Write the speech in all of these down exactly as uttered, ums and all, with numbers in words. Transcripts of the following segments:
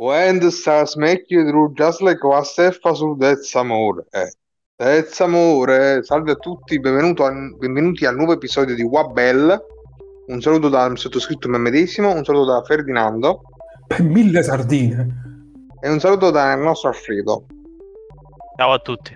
When the stars make you through just like what Steffa su That's Amore. Eh. That's Amore. Salve a tutti, benvenuto a- benvenuti al nuovo episodio di Wabel. Un saluto dal sottoscritto me medesimo, un saluto da Ferdinando Per mille sardine. e un saluto dal nostro Alfredo. Ciao a tutti.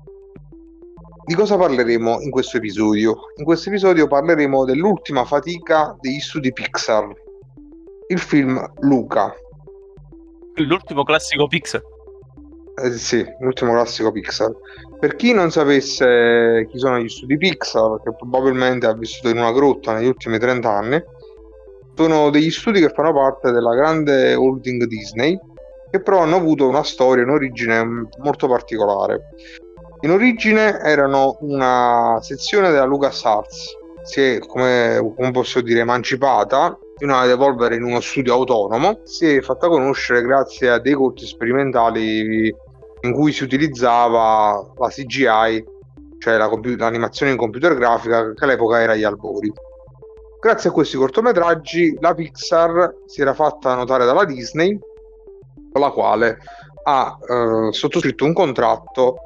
Di cosa parleremo in questo episodio? In questo episodio parleremo dell'ultima fatica degli studi Pixar, il film Luca. L'ultimo classico Pixar. Eh, sì, l'ultimo classico Pixar. Per chi non sapesse chi sono gli studi Pixar, che probabilmente ha vissuto in una grotta negli ultimi trenta anni, sono degli studi che fanno parte della grande holding Disney, che però hanno avuto una storia in origine molto particolare. In origine erano una sezione della LucasArts, si è, come, come posso dire, emancipata fino ad evolvere in uno studio autonomo. Si è fatta conoscere grazie a dei corti sperimentali in cui si utilizzava la C G I, cioè la compu- l'animazione in computer grafica, che all'epoca era agli albori. Grazie a questi cortometraggi la Pixar si era fatta notare dalla Disney, con la quale ha eh, sottoscritto un contratto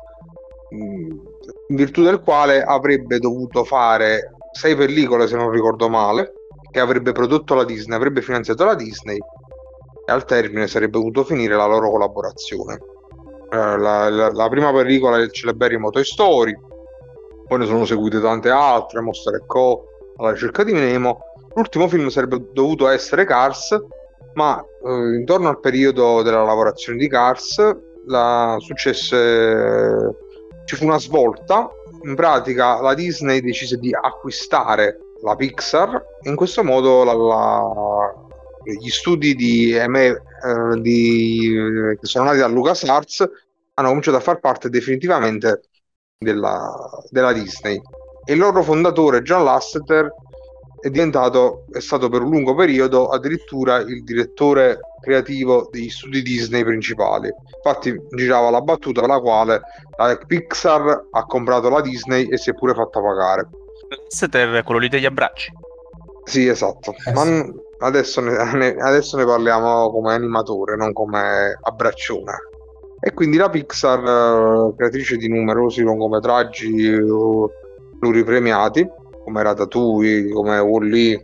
in virtù del quale avrebbe dovuto fare sei pellicole, se non ricordo male, che avrebbe prodotto la Disney, avrebbe finanziato la Disney, e al termine sarebbe dovuto finire la loro collaborazione. Eh, la, la, la prima pellicola è il celeberrimo Toy Story, poi ne sono seguite tante altre, Monster and Co, Alla ricerca di Nemo. L'ultimo film sarebbe dovuto essere Cars, ma eh, intorno al periodo della lavorazione di Cars la successe ci fu una svolta. In pratica la Disney decise di acquistare la Pixar e in questo modo la, la, gli studi di, eh, di, che sono nati da LucasArts hanno cominciato a far parte definitivamente della, della Disney, e il loro fondatore John Lasseter è diventato, è stato per un lungo periodo addirittura il direttore creativo degli studi Disney principali. Infatti girava la battuta per la quale la Pixar ha comprato la Disney e si è pure fatta pagare. Lasseter è quello lì degli abbracci. Sì, esatto. Eh, Ma sì. n- adesso, ne, ne- adesso ne parliamo come animatore, non come abbraccione. E quindi la Pixar, eh, creatrice di numerosi lungometraggi eh, pluripremiati, come Ratatouille, come Wall-E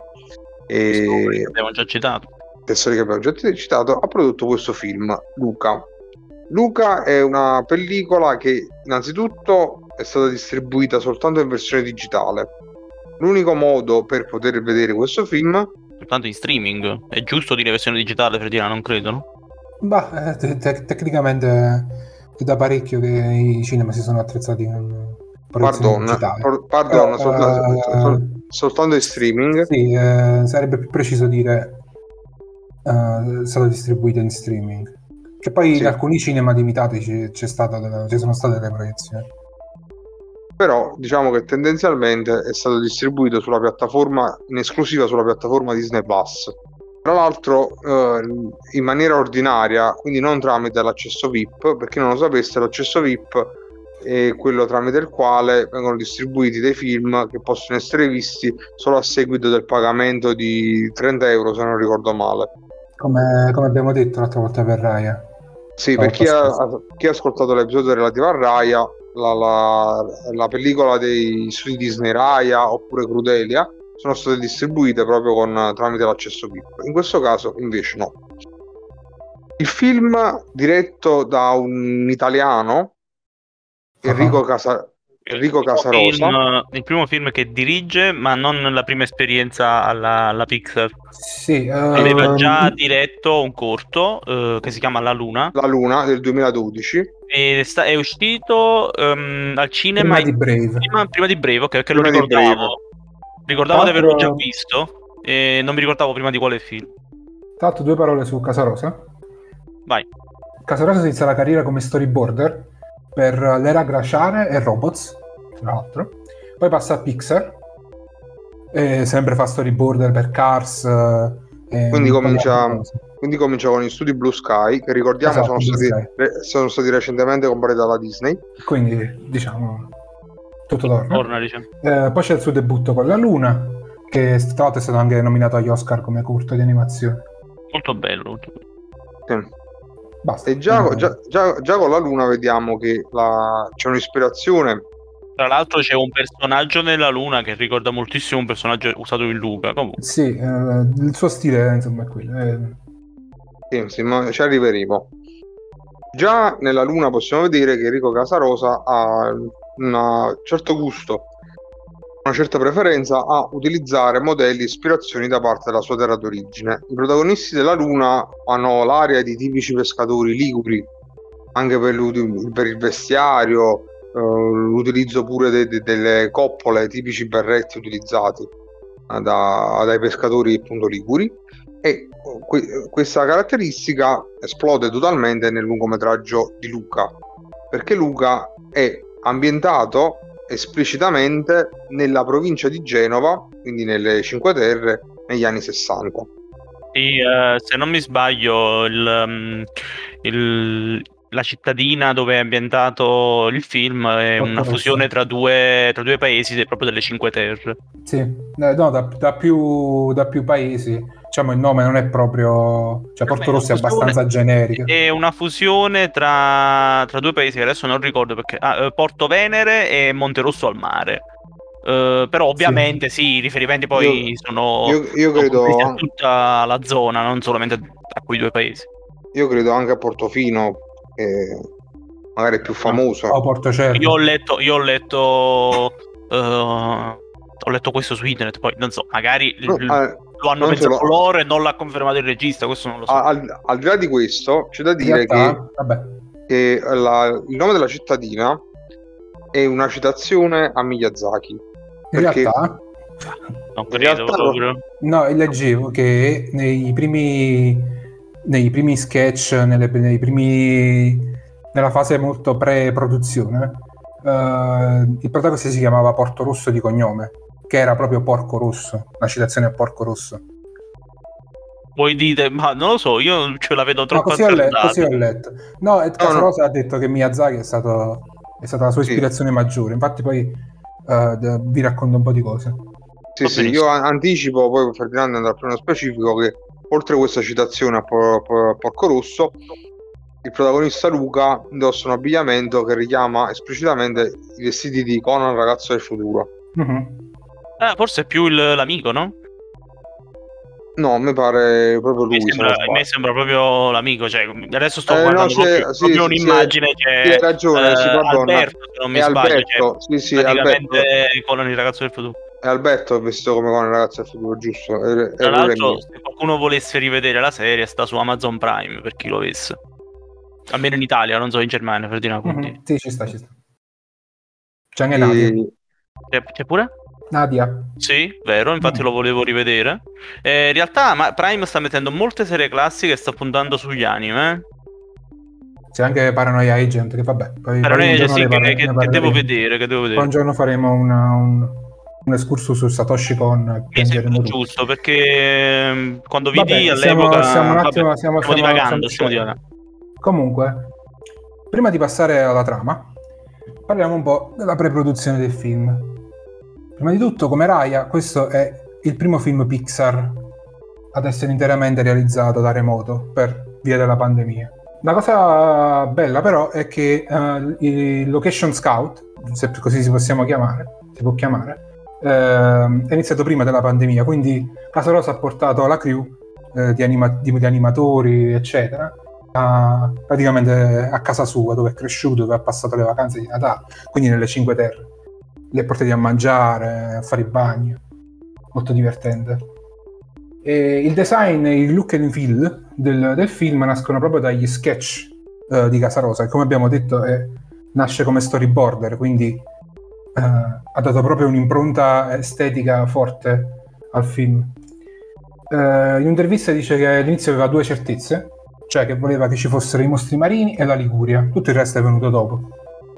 e Abbiamo già citato. Tesori che abbiamo già citato, ha prodotto questo film, Luca. Luca è una pellicola che innanzitutto è stata distribuita soltanto in versione digitale. L'unico modo per poter vedere questo film, Soltanto in streaming. È giusto dire versione digitale, Ferdinando, non credo, no? Bah, eh, te- te- tecnicamente è da parecchio che i cinema si sono attrezzati con produzione pardon, digitale. por- pardon, Però, solta- eh, sol- soltanto in streaming. Sì, eh, sarebbe più preciso dire eh, è stato distribuito in streaming. Che poi Sì. in alcuni cinema limitati ci, c'è stata delle- ci sono state delle proiezioni. Però diciamo che tendenzialmente è stato distribuito sulla piattaforma, in esclusiva sulla piattaforma Disney Plus. Tra l'altro eh, in maniera ordinaria, quindi non tramite l'accesso V I P. Per chi non lo sapesse, l'accesso V I P è quello tramite il quale vengono distribuiti dei film che possono essere visti solo a seguito del pagamento di trenta euro, se non ricordo male. Come, come abbiamo detto l'altra volta per Raya. Sì, La per volta chi ha, scorsa. chi ha ascoltato l'episodio relativo a Raya, la, la, la pellicola dei studi Disney Raya oppure Crudelia sono state distribuite proprio con, tramite l'accesso V I P. In questo caso invece no. Il film, diretto da un italiano, Enrico, Uh-huh. Casa, Enrico Il primo Casarosa, film- il primo film che dirige, ma non la prima esperienza alla, alla Pixar. Sì, Aveva già ehm, diretto un corto eh, che si chiama La Luna. La Luna del duemiladodici. E sta- è uscito ehm, al cinema prima di Brave. prima, prima di Brave, ok, che lo Prima di Brave. ricordavo. Ricordavo di Tra averlo già l'altro- visto e non mi ricordavo prima di quale film. Tra l'altro, due parole su Casarosa. Vai. Casarosa inizia la carriera come storyboarder per l'era glaciale e Robots, tra l'altro. Poi passa a Pixar e sempre fa storyboarder per Cars. eh, Quindi un po' di comincia, altre cose. quindi comincia con gli studi Blue Sky, che ricordiamo Esatto, sono, Blue stati, Sky. re- sono stati recentemente comprati dalla Disney. Quindi, diciamo, tutto torna. Torna, diciamo. Eh, poi c'è il suo debutto con La Luna, che tra l'altro è stato anche nominato agli Oscar come corto di animazione. Molto bello. Molto bello. Sì. Basta. E già, Eh, già, già, già con la Luna vediamo che la, c'è un'ispirazione. Tra l'altro c'è un personaggio nella Luna che ricorda moltissimo un personaggio usato in Luca. Comunque. sì, eh, il suo stile insomma è quello. eh. Sì, sì, ma ci arriveremo. Già nella Luna possiamo vedere che Enrico Casarosa ha un certo gusto, una certa preferenza a utilizzare modelli e ispirazioni da parte della sua terra d'origine. I protagonisti della Luna hanno l'aria di tipici pescatori liguri, anche per, per il vestiario, eh, l'utilizzo pure de- de- delle coppole, tipici berretti utilizzati eh, da- dai pescatori appunto liguri. E que- questa caratteristica esplode totalmente nel lungometraggio di Luca, perché Luca è ambientato esplicitamente nella provincia di Genova, quindi nelle Cinque Terre, negli anni sessanta. Sì, eh, se non mi sbaglio, il, um, il- la cittadina dove è ambientato il film è Porco una Rosso. fusione tra due, tra due paesi, proprio delle Cinque Terre. Sì, eh, no, da, da più, da più paesi. Diciamo il nome non è proprio... Cioè Porto Rosso è abbastanza generico. È una fusione tra, tra due paesi che adesso non ricordo perché... ah, eh, Porto Venere e Monterosso al mare. Eh, però ovviamente sì, i riferimenti poi Io- sono, io, io sono credo compresi a an- tutta la zona, non solamente a quei due paesi. io credo anche a Portofino, che magari è più famoso. O Portocervo. Io ho letto, io ho letto, eh, ho letto questo su internet, poi non so, magari l- No, l- eh, lo hanno non pensato solo- loro e non l'ha confermato il regista, questo non lo so. al, al di là di questo, c'è da In dire realtà, vabbè, che, che la- il nome della cittadina è una citazione a Miyazaki. in Perché realtà, Non in credo realtà- proprio. no, leggevo che nei primi, nei primi sketch, nelle, nei primi, nella fase molto pre-produzione, eh, il protagonista si chiamava Porco Rosso di cognome, che era proprio Porco Rosso, una citazione a Porco Rosso. Voi dite, ma non lo so, io ce la vedo No, troppo così ho, letto, azzardata. così ho letto. No, Ed No, no. Casarosa ha detto che Miyazaki è, stato, è stata la sua Sì. ispirazione maggiore. Infatti poi eh, d- vi racconto un po' di cose. Sì, Va sì, benissimo. io an- anticipo, poi Ferdinando andrà più nello specifico, che oltre a questa citazione a Por- Por- Porco Rosso, il protagonista Luca indossa un abbigliamento che richiama esplicitamente i vestiti di Conan, il ragazzo del futuro. Mhm. Ah, forse è più il- l'amico, no? No, mi pare proprio Mi lui. se sembra, non a me sbaglio. sembra proprio l'amico, cioè adesso sto Eh, no, guardando sì, proprio, sì, proprio sì, un'immagine, sì, c'è sì, hai ragione, sì, eh, pardon. Alberto, se non mi È sbaglio, Alberto, cioè, sì, sì, praticamente Alberto. Conan il ragazzo del futuro. È Alberto vestito come Conan, il ragazzo del futuro, giusto? Er- Tra errore l'altro, mio. se qualcuno volesse rivedere la serie, sta su Amazon Prime, per chi lo avesse. Almeno in Italia, non so in Germania, Ferdinando, quindi... Mhm. Sì, ci sta, ci sta. C'è anche Nadia. E- C'è, c'è pure? Nadia. Sì, vero, infatti Mm. lo volevo rivedere. Eh, in realtà ma Prime sta mettendo molte serie classiche e sta puntando sugli anime. eh. C'è anche Paranoia Agent, che vabbè. Poi, Però poi un ne- giorno sì, ne che, parle- che- ne che devo parleremo. vedere, che devo Poi vedere. un giorno faremo una- un, un excursus su Satoshi Kon. Mi piangeremo sembra tutti. giusto perché ehm, quando vidi Vabbè, all'epoca siamo, siamo un vabbè, attimo siamo, stiamo siamo- divagando, siamo- stiamo divagando. Comunque, prima di passare alla trama, parliamo un po' della pre-produzione del film. Prima di tutto, come Raya, questo è il primo film Pixar ad essere interamente realizzato da remoto per via della pandemia. La cosa bella però è che eh, il Location Scout, se così si possiamo chiamare, si può chiamare, ehm, è iniziato prima della pandemia, quindi Casarosa ha portato la crew eh, di, anima- di- di animatori, eccetera, a- praticamente a casa sua, dove è cresciuto, dove ha passato le vacanze di Natale, quindi nelle Cinque Terre. Li ha portati a mangiare, a fare i bagni, molto divertente. E il design, il look and feel del, del film nascono proprio dagli sketch eh, di Casarosa, che come abbiamo detto è, nasce come storyboarder, quindi eh, ha dato proprio un'impronta estetica forte al film. Eh, in un'intervista dice che all'inizio aveva due certezze, cioè che voleva che ci fossero i mostri marini e la Liguria, tutto il resto è venuto dopo.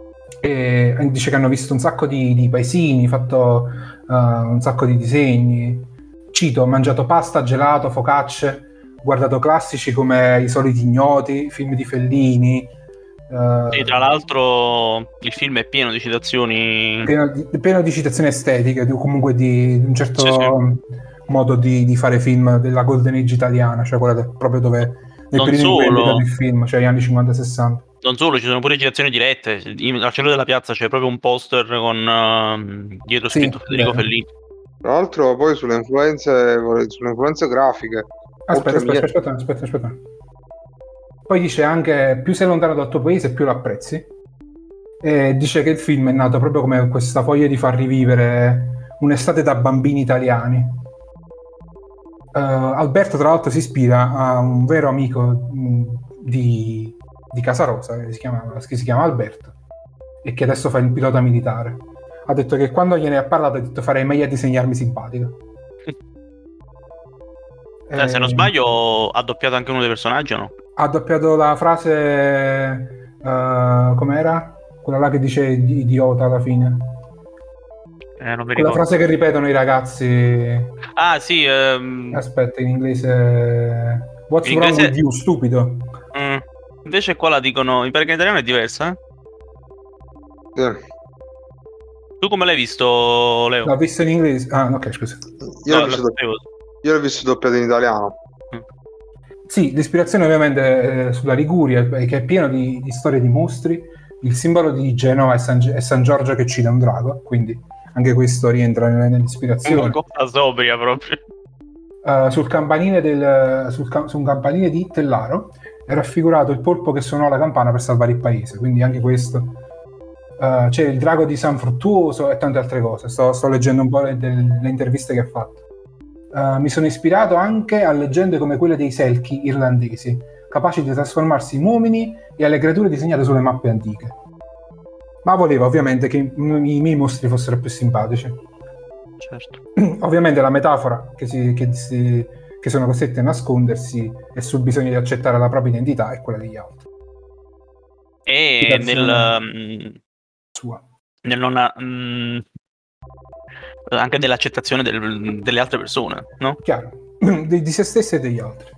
E dice che hanno visto un sacco di, di paesini, fatto uh, un sacco di disegni. Cito, ho mangiato pasta, gelato, focacce, guardato classici come I soliti ignoti, film di Fellini. Uh, E tra l'altro il film è pieno di citazioni. pieno, di, pieno di citazioni estetiche, di, comunque di, di un certo Sì, sì. modo di, di fare film della Golden Age italiana, cioè quella de- proprio dove nel Non periodo in cui è solo. ambientato il film, cioè gli anni cinquanta sessanta. Non solo, ci sono pure citazioni dirette. In- Al centro della piazza c'è proprio un poster con uh, dietro Sì, scritto Federico vero. Fellini. Tra l'altro poi sulle influenze, sulle influenze grafiche, Aspetta, oltre aspetta, mie- aspetta, aspetta, aspetta. Poi dice anche più sei lontano dal tuo paese più lo apprezzi. E dice che il film è nato proprio come questa voglia di far rivivere un'estate da bambini italiani. Uh, Alberto tra l'altro si ispira a un vero amico mh, di, di Casarosa che si, chiama, che si chiama Alberto e che adesso fa il pilota militare. Ha detto che quando gliene ha parlato ha detto farei meglio a disegnarmi simpatico. Eh, se non Eh, sbaglio, ha doppiato anche uno dei personaggi, o no? ha doppiato la frase uh, com'era? Quella là che dice idiota alla fine. Eh, non mi Quella ricordo. frase che ripetono i ragazzi. Ah, sì. ehm, Aspetta, in inglese what's In wrong inglese- with you, stupido? mm, invece qua la dicono. Mi pare che in italiano è diversa. Eh? eh, Tu come l'hai visto, Leo? L'ho visto in inglese. Ah, ok, scusa. io, No, l'ho visto, la do- sapevo. io l'ho visto doppiato in italiano. Sì, l'ispirazione ovviamente eh, sulla Liguria, eh, che è pieno di, di storie di mostri. Il simbolo di Genova è San, è San Giorgio che cita un drago, quindi anche questo rientra nelle- Una nell'ispirazione. cosa sobria proprio. Uh, sul campanile del, sul cam- su un campanile di Tellaro è raffigurato il polpo che suonò la campana per salvare il paese, quindi anche questo. Uh, c'è il drago di San Fruttuoso e tante altre cose. Sto, sto leggendo un po' le, delle interviste che ha fatto. Uh, mi sono ispirato anche a leggende come quelle dei Selchi irlandesi, capaci di trasformarsi in uomini, e alle creature disegnate sulle mappe antiche. Ma voleva ovviamente che i, i miei mostri fossero più simpatici. Certo. Ovviamente la metafora che, si, che, si, che sono costretti a nascondersi e sul bisogno di accettare la propria identità è quella degli altri. E Spiegazione nel, mm, sua. nel non, mm, anche dell'accettazione del- delle altre persone, no? Chiaro, di, di se stessi e degli altri.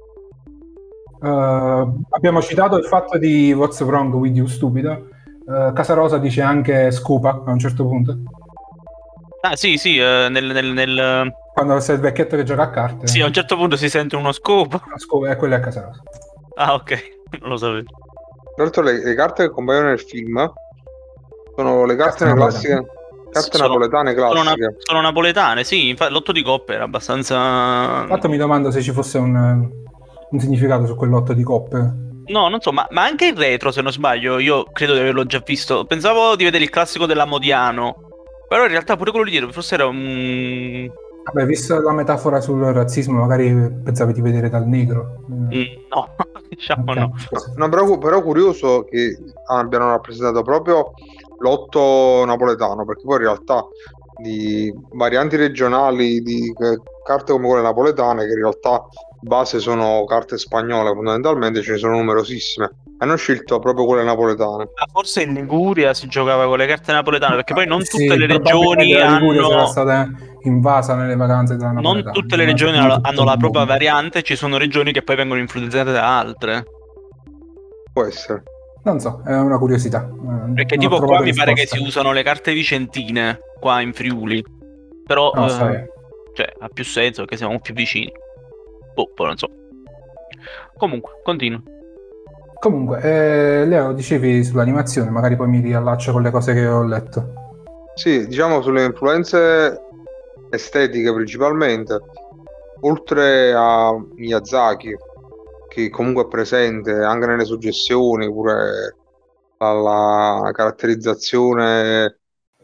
Uh, abbiamo citato il fatto di What's Wrong with You, stupido. Uh, Casarosa dice anche scopa a un certo punto. Ah, sì, sì, eh, nel, nel, nel- Quando c'è il vecchietto che gioca a carte. sì, a un certo punto si sente uno scopo. Scopa, è quello è Casarosa. Ah, ok, non lo sapevo. Tra l'altro le, le carte che compaiono nel film sono le carte Carte classiche, carte Sono- napoletane Sono, na- classiche. sono napoletane, sì, infatti l'otto di coppe era abbastanza... Infatti mi domando se ci fosse un, un significato su quell'otto di coppe. No, non so, ma, ma anche il retro, se non sbaglio, io credo di averlo già visto. Pensavo di vedere il classico della Modiano, però in realtà pure quello di dietro forse era un... Vabbè, visto la metafora sul razzismo, magari pensavi di vedere dal negro. Mm, no, diciamo Ok, no. scusa. No, però, però curioso che abbiano rappresentato proprio l'otto napoletano, perché poi in realtà di varianti regionali di eh, carte come quelle napoletane, che in realtà base sono carte spagnole fondamentalmente, ce ne sono numerosissime. Hanno scelto proprio quelle napoletane. Ma forse in Liguria si giocava con le carte napoletane, perché poi non Sì, tutte le probabilmente regioni la Liguria sarà hanno... stata invasa nelle vacanze della Non napoletana. tutte le Non regioni tutte hanno, il hanno la propria mondo. variante, ci sono regioni che poi vengono influenzate da altre. Può essere. Non so, è una curiosità. Eh, Perché non ho tipo qua trovato mi pare che risposta. si usano le carte vicentine qua in Friuli. Però No, eh, sai. cioè ha più senso perché siamo più vicini. Boh, poi non so. Comunque, continua. Comunque, eh, Leo, dicevi sull'animazione, magari poi mi riallaccio con le cose che ho letto. Sì, diciamo sulle influenze estetiche principalmente, oltre a Miyazaki, che comunque è presente anche nelle suggestioni, pure alla caratterizzazione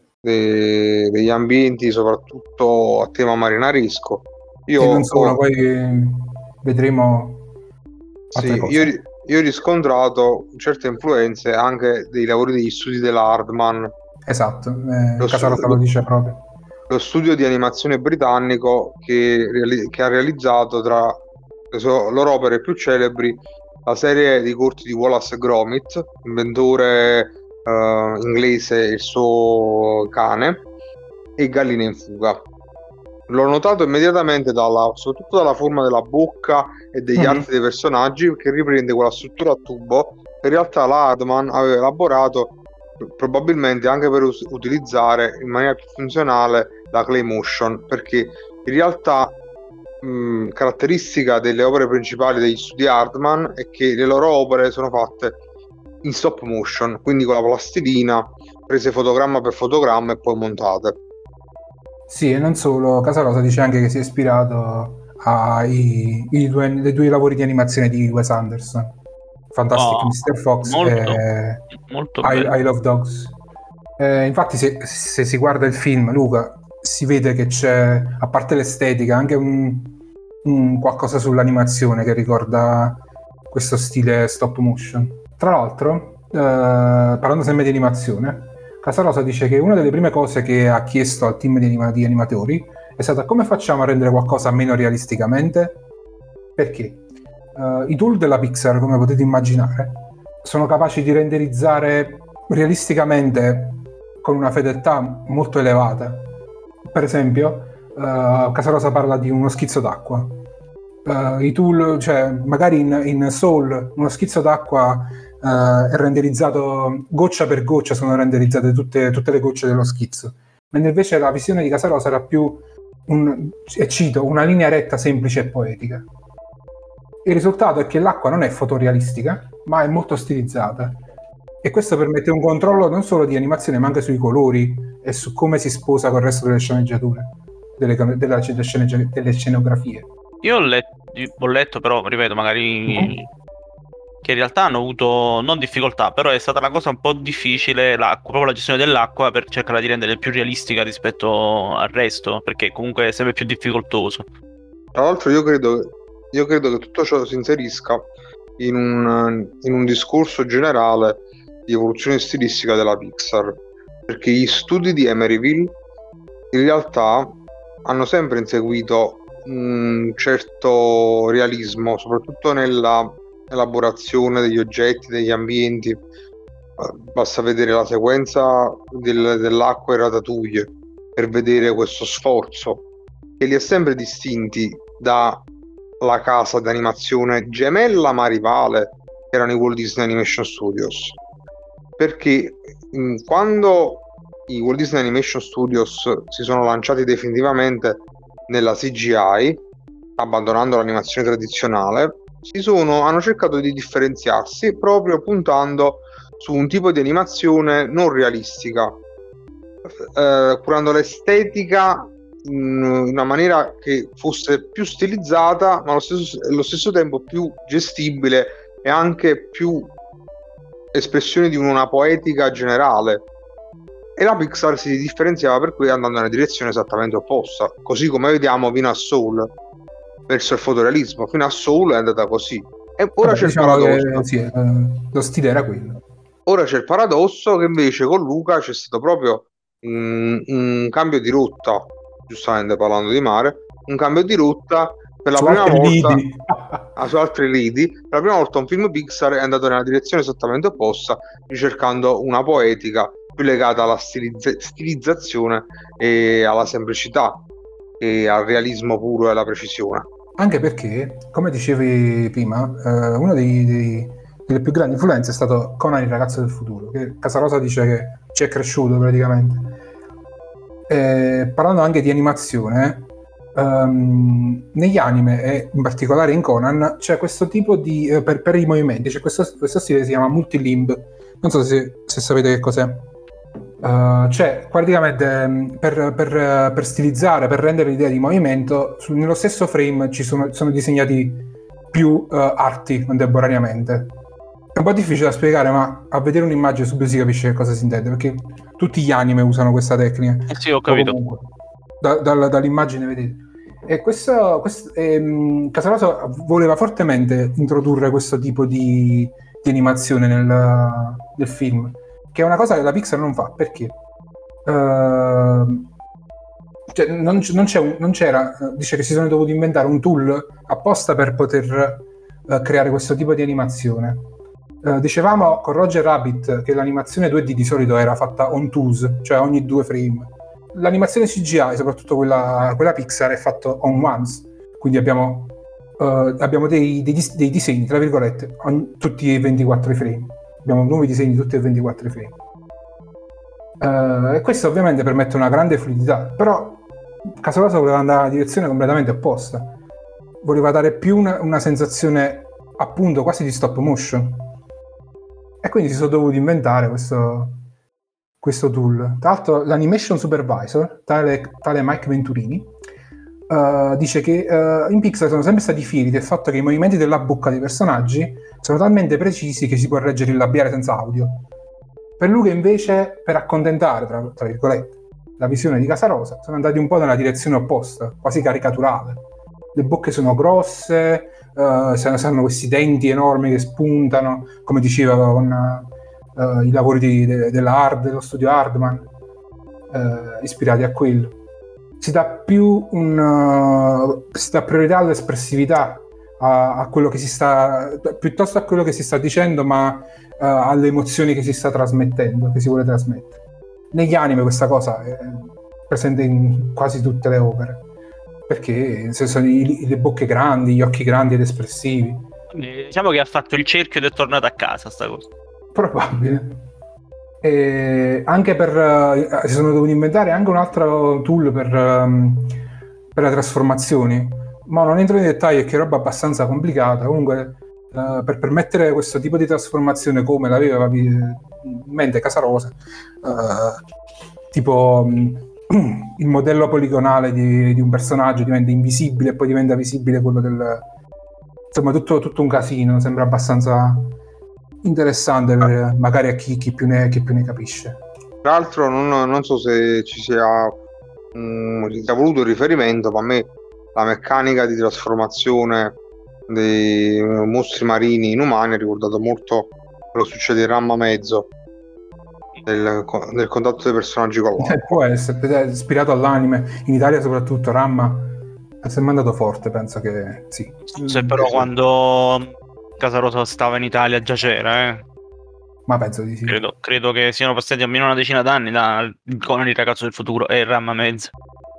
de- degli ambienti, soprattutto a tema marinaresco. Io E non solo, ho- poi vedremo altre Sì, cose. io, ri- io ho riscontrato certe influenze anche dei lavori degli studi della Hardman, Esatto, eh, Lo Casarosa so- lo dice proprio. lo studio di animazione britannico che, reali- che ha realizzato tra le sue- loro opere più celebri la serie di corti di Wallace e Gromit, inventore eh, inglese e il suo cane, e Galline in fuga. L'ho notato immediatamente dalla, soprattutto dalla forma della bocca e degli Mhm. arti dei personaggi, che riprende quella struttura a tubo che in realtà la Hardman aveva elaborato probabilmente anche per us- utilizzare in maniera più funzionale la clay motion, perché in realtà mh, caratteristica delle opere principali degli studi Hardman è che le loro opere sono fatte in stop motion, quindi con la plastilina, prese fotogramma per fotogramma e poi montate. Sì, e non solo, Casarosa dice anche che si è ispirato ai i due, dei due lavori di animazione di Wes Anderson, Fantastic Oh, mister Fox molto, e molto I, bello. I Love Dogs. Eh, infatti se, se si guarda il film, Luca, si vede che c'è, a parte l'estetica, anche un, un qualcosa sull'animazione che ricorda questo stile stop motion. Tra l'altro, eh, parlando sempre di animazione, Casarosa dice che una delle prime cose che ha chiesto al team di, anima- di animatori è stata: come facciamo a rendere qualcosa meno realisticamente? Perché uh, i tool della Pixar, come potete immaginare, sono capaci di renderizzare realisticamente con una fedeltà molto elevata. Per esempio, uh, Casarosa parla di uno schizzo d'acqua. Uh, i tool, cioè magari in, in Soul uno schizzo d'acqua Uh, è renderizzato goccia per goccia, sono renderizzate tutte, tutte le gocce dello schizzo, mentre invece la visione di Casarosa era più un, e cito, una linea retta semplice e poetica. Il risultato è che l'acqua non è fotorealistica, ma è molto stilizzata, e questo permette un controllo non solo di animazione ma anche sui colori e su come si sposa col resto delle sceneggiature, delle, della, delle, sceneggi- delle scenografie. Io ho letto, ho letto però, ripeto, magari Mm-hmm. che in realtà hanno avuto non difficoltà, però è stata una cosa un po' difficile l'acqua, proprio la gestione dell'acqua, per cercare di rendere più realistica rispetto al resto, perché comunque è sempre più difficoltoso. Tra l'altro io credo, io credo che tutto ciò si inserisca in un, in un discorso generale di evoluzione stilistica della Pixar, perché gli studi di Emeryville in realtà hanno sempre inseguito un certo realismo, soprattutto nella elaborazione degli oggetti, degli ambienti. Basta vedere la sequenza del, dell'acqua e Ratatouille per vedere questo sforzo che li ha sempre distinti dalla casa d'animazione gemella ma rivale che erano i Walt Disney Animation Studios, perché mh, quando i Walt Disney Animation Studios si sono lanciati definitivamente nella C G I, abbandonando l'animazione tradizionale, si sono, hanno cercato di differenziarsi proprio puntando su un tipo di animazione non realistica, eh, curando l'estetica in una maniera che fosse più stilizzata ma allo stesso, allo stesso tempo più gestibile e anche più espressione di una poetica generale. E la Pixar si differenziava per cui andando nella direzione esattamente opposta, così come vediamo fino a Soul, verso il fotorealismo. Fino a Soul è andata così, e ora Vabbè, c'è diciamo il paradosso che, sì, eh, lo stile era quello. ora c'è il paradosso che invece con Luca c'è stato proprio un, un cambio di rotta, giustamente parlando di mare, un cambio di rotta per la Su prima altri volta lidi. ah, su altri lidi. Per la prima volta un film Pixar è andato nella direzione esattamente opposta, ricercando una poetica più legata alla stilizza- stilizzazione e alla semplicità e al realismo puro e alla precisione. Anche perché, come dicevi prima, eh, una dei, dei, delle più grandi influenze è stato Conan il ragazzo del futuro, che Casarosa dice che ci è cresciuto praticamente. Eh, parlando anche di animazione, um, negli anime e in particolare in Conan c'è questo tipo di, eh, per, per i movimenti, c'è questo, questo stile che si chiama multilimb, non so se, se sapete che cos'è. Uh, cioè praticamente per, per, per stilizzare, per rendere l'idea di movimento, su, nello stesso frame ci sono, sono disegnati più uh, arti contemporaneamente. È un po' difficile da spiegare, ma a vedere un'immagine subito si capisce cosa si intende, perché tutti gli anime usano questa tecnica. Eh sì, ho capito. Comunque, da, da, dall'immagine vedete. E questo, questo ehm, Casarosa voleva fortemente introdurre questo tipo di, di animazione nel, nel film, che è una cosa che la Pixar non fa, perché uh, cioè non, non, c'è un, non c'era, dice che si sono dovuti inventare un tool apposta per poter uh, creare questo tipo di animazione. Uh, dicevamo con Roger Rabbit che l'animazione due D di solito era fatta on twos, cioè ogni due frame. L'animazione C G I, soprattutto quella, quella Pixar, è fatta on ones, quindi abbiamo, uh, abbiamo dei, dei, dei disegni, tra virgolette, on, tutti e ventiquattro frame. Abbiamo nuovi disegni tutti e ventiquattro frame. Uh, e questo ovviamente permette una grande fluidità, però Casarosa voleva andare nella direzione completamente opposta. voleva dare più una, una sensazione appunto quasi di stop motion, e quindi si sono dovuti inventare questo, questo tool. Tra l'altro l'animation supervisor, tale, tale Mike Venturini, uh, dice che uh, in Pixar sono sempre stati fieri del fatto che i movimenti della bocca dei personaggi sono talmente precisi che si può reggere il labiale senza audio. Per lui, che invece, per accontentare tra, tra virgolette la visione di Casarosa, sono andati un po' nella direzione opposta, quasi caricaturale. Le bocche sono grosse, uh, hanno questi denti enormi che spuntano, come diceva con uh, i lavori di, de, della Hard, dello studio Hardman, uh, ispirati a quello. Si dà più un uh, si dà priorità all'espressività, a, a quello che si sta, piuttosto a quello che si sta dicendo, ma uh, alle emozioni che si sta trasmettendo, che si vuole trasmettere. Negli anime questa cosa è presente in quasi tutte le opere, perché sono i, le bocche grandi, gli occhi grandi ed espressivi. Diciamo che ha fatto il cerchio ed è tornato a casa sta cosa. Probabile. E anche per uh, si sono dovuti inventare anche un altro tool per, um, per le trasformazioni, ma non entro nei dettagli, che è roba abbastanza complicata. Comunque uh, per permettere questo tipo di trasformazione come l'aveva in mente Casarosa, uh, tipo um, il modello poligonale di, di un personaggio diventa invisibile e poi diventa visibile quello del... Insomma, tutto, tutto un casino. Sembra abbastanza interessante per, magari a chi, chi, più ne, chi più ne capisce. Tra l'altro non, non so se ci sia um, sia voluto il riferimento, ma a me la meccanica di trasformazione dei mostri marini in umani ha ricordato molto quello che succede in Ramma Mezzo, Del, del contatto dei personaggi con l'acqua. Eh, può essere, è ispirato all'anime. In Italia soprattutto Ramma è sempre andato forte, penso che sì. Se però sì, quando Casarosa stava in Italia già c'era, eh. Ma penso di sì. Credo, credo che siano passati almeno una decina d'anni da Conan il ragazzo del futuro e Ramma Mezzo.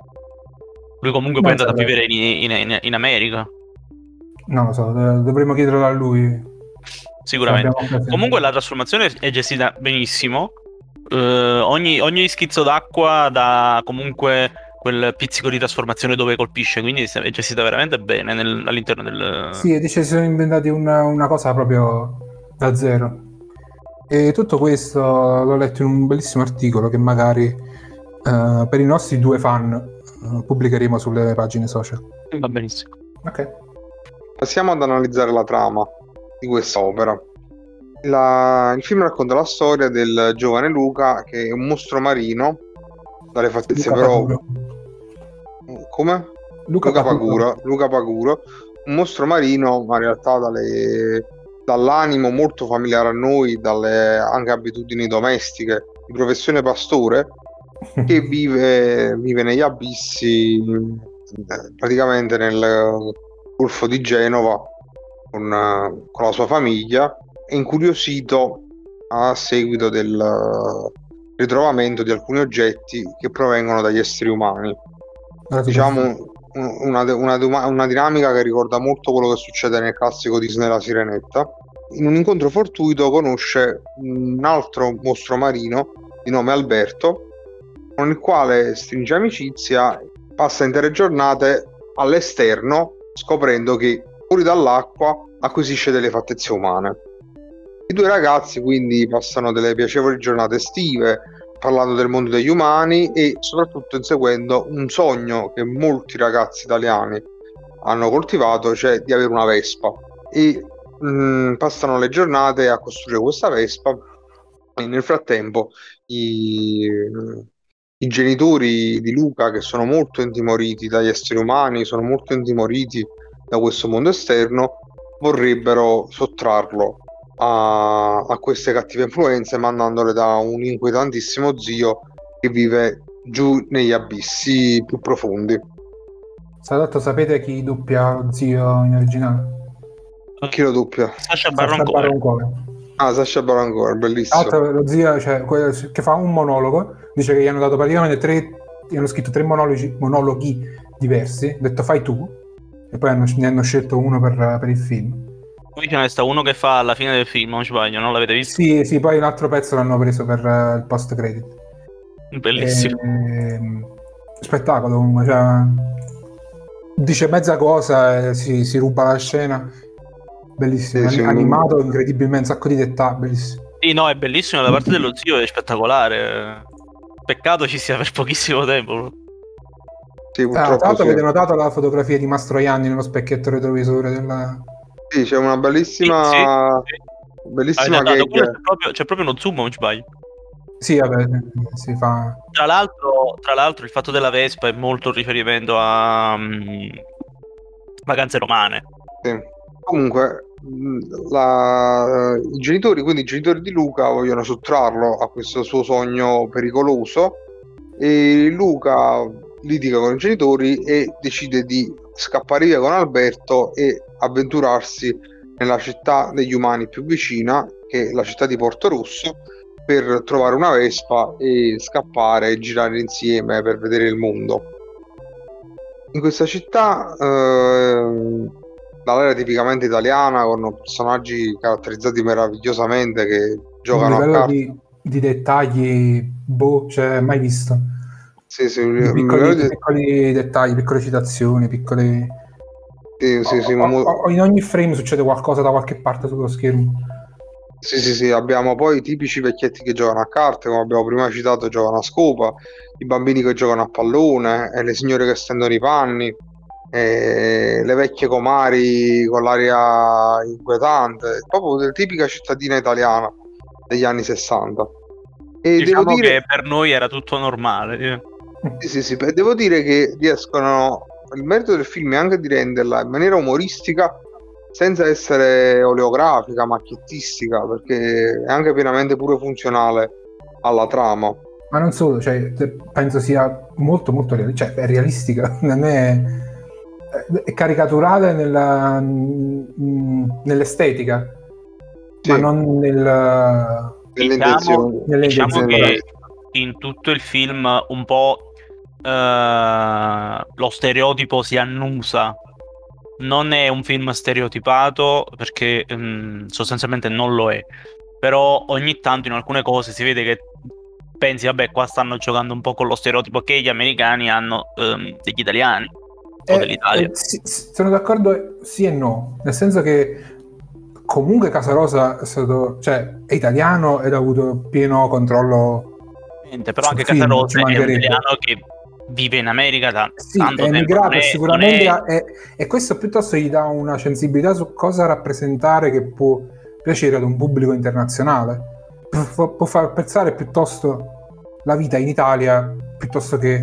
Lui comunque poi è andato a vivere in, in, in America. Non lo so, dovremmo chiederlo a lui. Sicuramente. Comunque la trasformazione è gestita benissimo. Uh, ogni, ogni schizzo d'acqua dà comunque quel pizzico di trasformazione dove colpisce, quindi è gestita veramente bene nel, all'interno del... Sì, dice si sono inventati una, una cosa proprio da zero. E tutto questo l'ho letto in un bellissimo articolo che magari uh, per i nostri due fan uh, pubblicheremo sulle pagine social. Va benissimo. Ok. Passiamo ad analizzare la trama di questa opera. La... Il film racconta la storia del giovane Luca, che è un mostro marino dalle fattezze Luca però Paguro. Come? Luca, Luca Paguro. Paguro Luca Paguro, un mostro marino, ma in realtà dalle... dall'animo molto familiare a noi, dalle anche abitudini domestiche, di professione pastore, che vive, vive negli abissi, praticamente nel Golfo di Genova con, con la sua famiglia, è incuriosito a seguito del ritrovamento di alcuni oggetti che provengono dagli esseri umani. Diciamo una, una, una dinamica che ricorda molto quello che succede nel classico Disney La Sirenetta. In un incontro fortuito conosce un altro mostro marino di nome Alberto, con il quale stringe amicizia, passa intere giornate all'esterno, scoprendo che fuori dall'acqua acquisisce delle fattezze umane. I due ragazzi quindi passano delle piacevoli giornate estive, parlando del mondo degli umani e soprattutto inseguendo un sogno che molti ragazzi italiani hanno coltivato, cioè di avere una Vespa. E mh, passano le giornate a costruire questa Vespa e nel frattempo i, i genitori di Luca, che sono molto intimoriti dagli esseri umani, sono molto intimoriti da questo mondo esterno, vorrebbero sottrarlo a, a queste cattive influenze, mandandole da un inquietantissimo zio che vive giù negli abissi più profondi. Sadatto, sapete chi doppia lo zio in originale? Chi lo doppia? Sacha Baron Cohen. Ah, Sacha Baron Cohen, bellissimo. Altro, lo zio, cioè, che fa un monologo, dice che gli hanno dato praticamente tre, gli hanno scritto tre monologhi, monologhi diversi, ha detto fai tu, e poi hanno, ne hanno scelto uno per, per il film. Poi ce ne sta uno che fa alla fine del film, non sbaglio, non l'avete visto? Sì, sì, poi un altro pezzo l'hanno preso per uh, il post credit. Bellissimo. E, spettacolo comunque, cioè, dice mezza cosa e si, si ruba la scena. Bellissimo, Sì, sì, animato un- incredibilmente, un sacco di dettagli, bellissimo. Sì, no, è bellissimo, la parte dello zio è spettacolare. Peccato ci sia per pochissimo tempo. sì, Ah, tra purtroppo l'altro sì. avete notato la fotografia di Mastroianni nello specchietto retrovisore della... Sì, c'è una Sì, bellissima, sì, sì. bellissima Avete dato, quello gag. c'è proprio, c'è proprio uno zoom, non sbaglio. Sì, vabbè, si fa... Tra l'altro, tra l'altro, il fatto della Vespa è molto un riferimento a mm, Vacanze Romane. Sì. Comunque, mh, la- i genitori, quindi i genitori di Luca vogliono sottrarlo a questo suo sogno pericoloso e Luca litiga con i genitori e decide di scappare via con Alberto e avventurarsi nella città degli umani più vicina, che è la città di Portorosso, per trovare una Vespa e scappare e girare insieme per vedere il mondo. In questa città, ehm, dall'era tipicamente italiana, con personaggi caratterizzati meravigliosamente che un giocano a livello carte. di, di dettagli, boh, cioè mai visto. Sì, sì, Di un piccoli, livello di di- piccoli dettagli, piccole citazioni, piccoli... sì, sì, sì, o- mo- o- o in ogni frame succede qualcosa da qualche parte sullo schermo. sì, sì, sì, abbiamo poi i tipici vecchietti che giocano a carte, come abbiamo prima citato, giocano a scopa, i bambini che giocano a pallone, e le signore che stendono i panni, e le vecchie comari con l'aria inquietante, proprio la tipica cittadina italiana degli anni sessanta. E devo Diciamo che dire, per noi era tutto normale. eh. sì, sì, sì, beh, devo dire che riescono, il merito del film è anche di renderla in maniera umoristica senza essere oleografica, macchiettistica, perché è anche pienamente pure funzionale alla trama. Ma non solo, cioè, te- penso sia molto molto realistica, cioè è realistica, non è, è caricaturale nella, mm, nell'estetica, Sì, ma non nel, nelle Diciamo, intenzioni. nelle diciamo intenzioni. che in tutto il film un po' eh, lo stereotipo si annusa. Non è un film stereotipato perché mm, sostanzialmente non lo è. Però ogni tanto in alcune cose si vede che pensi, vabbè, qua stanno giocando un po' con lo stereotipo che gli americani hanno ehm, degli italiani o Eh, dell'Italia. eh, sì, sì, sono d'accordo sì e no, nel senso che comunque Casarosa è stato, cioè, è italiano ed ha avuto pieno controllo Niente, però sul anche film, ci Casarose è un mancherebbe. italiano che vive in America da Sì, tanto è tempo. Non emigrato e è, non sicuramente è- ha- è- e questo piuttosto gli dà una sensibilità su cosa rappresentare che può piacere ad un pubblico internazionale. Può, può far pensare piuttosto la vita in Italia piuttosto che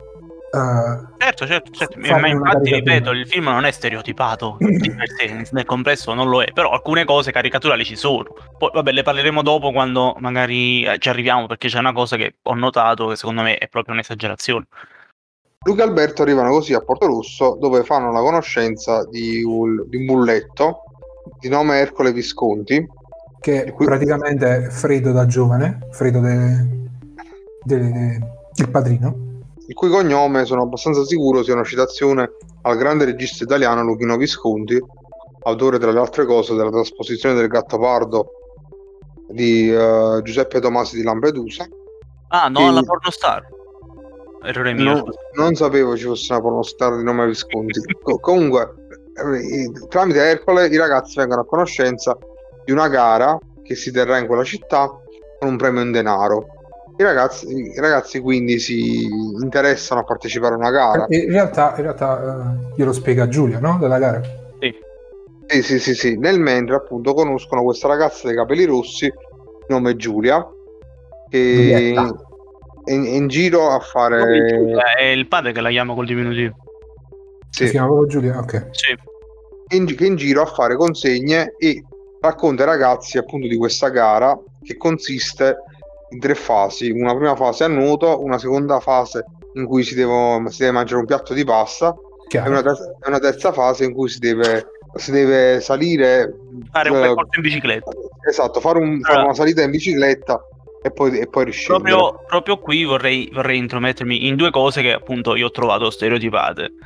eh, Certo, certo, certo. Ma farne una infatti, caricatura. ripeto, il film non è stereotipato di per sé, nel complesso non lo è, però alcune cose caricaturali ci sono. Poi, vabbè, le parleremo dopo quando magari eh, ci arriviamo, perché c'è una cosa che ho notato che secondo me è proprio un'esagerazione. Luca e Alberto arrivano così a Portorosso, dove fanno la conoscenza di un, di un bulletto di nome Ercole Visconti, Che e qui- praticamente è Fredo da giovane, Fredo de- de- del padrino. il cui cognome sono abbastanza sicuro sia una citazione al grande regista italiano Luchino Visconti, autore tra le altre cose della trasposizione del Gattopardo di eh, Giuseppe Tomasi di Lampedusa. Ah, no, che alla pornostar. Errore mio, non, scusa. non sapevo ci fosse una pornostar di nome Visconti. Co- comunque, eh, tramite Ercole i ragazzi vengono a conoscenza di una gara che si terrà in quella città con un premio in denaro. I ragazzi, i ragazzi quindi si interessano a partecipare a una gara. E in realtà, in realtà eh, glielo spiega Giulia, no? Della gara. Sì. Sì, sì, sì, sì. Nel mentre appunto conoscono questa ragazza dei capelli rossi, nome Giulia, che Giulietta. è in, è in giro a Come fare... Giulia, è il padre che la chiama col diminutivo. Si Sì, chiama proprio Giulia? Ok. Sì. in, che è in giro a fare consegne e racconta ai ragazzi appunto di questa gara che consiste in tre fasi: una prima fase a nuoto, una seconda fase in cui si, devo, si deve mangiare un piatto di pasta e Chiaro. una, terza, e una terza fase in cui si deve, si deve salire, Fare un eh, percorso in bicicletta. esatto, fare, un- fare Allora, una salita in bicicletta e poi, e poi riscendere. Proprio, proprio qui vorrei, vorrei intromettermi in due cose che appunto io ho trovato stereotipate.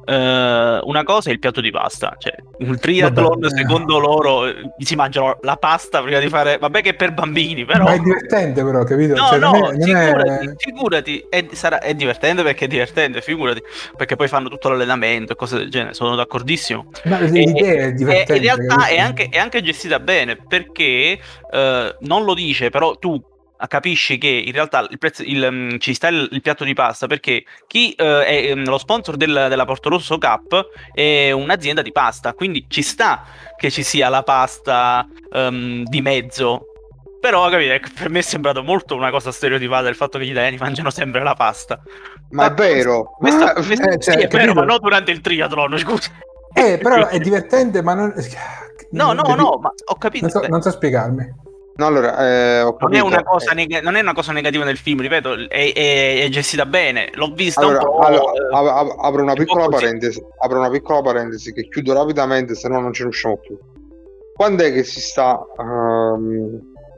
Uh, una cosa è il piatto di pasta, cioè un triathlon Vabbè, secondo loro eh, si mangiano la pasta prima di fare, vabbè che è per bambini però ma è divertente però, capito? no Cioè, no non è, non figurati, è... figurati è, sarà, è divertente perché è divertente, figurati, perché poi fanno tutto l'allenamento e cose del genere, sono d'accordissimo. No, E, l'idea è e divertente, in realtà è capisci? anche, è anche gestita bene perché eh, non lo dice, però tu capisci che in realtà il prezzo, il, um, ci sta il, il piatto di pasta perché chi uh, è um, lo sponsor del, della Portorosso Cup è un'azienda di pasta, quindi ci sta che ci sia la pasta um, di mezzo. Però capite, per me è sembrato molto una cosa stereotipata il fatto che gli italiani mangiano sempre la pasta. Ma, ma è vero, questo, ma... questo, Eh, cioè, sì, è capito? vero, ma non durante il triathlon, scusa. Eh, però è divertente, ma non... No, no, Devi... no, ma ho capito. Non so, non so spiegarmi. No, allora, eh, ho Non è, capito. una cosa Eh, neg- non è una cosa negativa del film, ripeto, è, è- è gestita bene. L'ho vista allora, un po'. allora, eh, ap- ap- apro una un po' piccola così. parentesi, apro una piccola parentesi che chiudo rapidamente, se no non ce ne usciamo più. Quando è che si sta, ehm,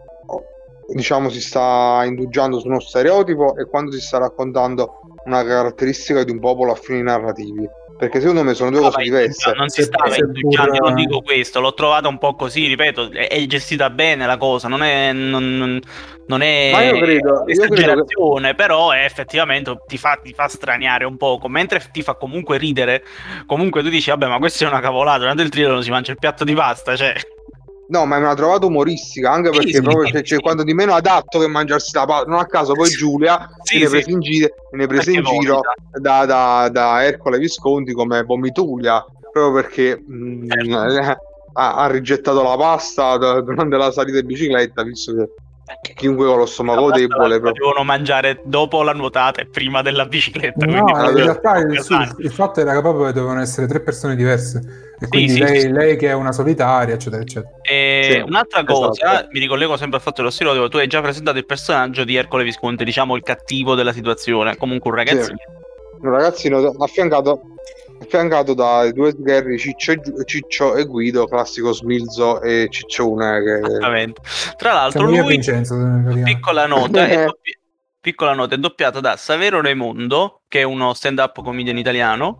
diciamo, si sta indugiando su uno stereotipo e quando si sta raccontando una caratteristica di un popolo a fini narrativi? Perché secondo me sono due cose Stava diverse. indugia- non si Se- stava seppur- indugiando, io non dico questo, l'ho trovata un po' così, ripeto, è, è gestita bene la cosa, non è, non, non- non è Ma io credo, io credo che... esagerazione, però è effettivamente ti fa, ti fa straniare un poco, mentre ti fa comunque ridere, comunque tu dici, vabbè, ma questa è una cavolata, durante il triathlon si mangia il piatto di pasta, cioè... No, ma è una trovata umoristica, anche Sì, perché sì, proprio sì, c'è, c'è sì. quanto di meno adatto che mangiarsi la pasta. Non a caso poi Giulia Sì, viene sì. presa in, giro, viene presa Perché in giro vomita. da, da, da Ercole Visconti come vomitulia, proprio perché mh, Certo. ha, ha rigettato la pasta da- durante la salita in bicicletta, visto che chiunque con lo stomaco La pasta debole la, la proprio... devono mangiare dopo la nuotata e prima della bicicletta, quindi No, in Vabbè. realtà il, casani. il fatto era che proprio dovevano essere tre persone diverse e quindi sì, lei, sì, sì. lei che è una solitaria, eccetera, eccetera. E Sì, un'altra cosa, esatto. mi ricollego sempre al fatto dello stereotipo, tu hai già presentato il personaggio di Ercole Visconti, diciamo il cattivo della situazione, comunque un ragazzino. Sì. Un ragazzino affiancato, affiancato dai due sgherri Ciccio e, Giu- Ciccio e Guido, classico Smilzo e Ciccione. Che... Esattamente. Tra l'altro Siamo io e lui, Vincenzo, se ne capiamo. piccola nota, è doppi- piccola nota, è doppiato da Saverio Raimondo, che è uno stand-up comedian italiano.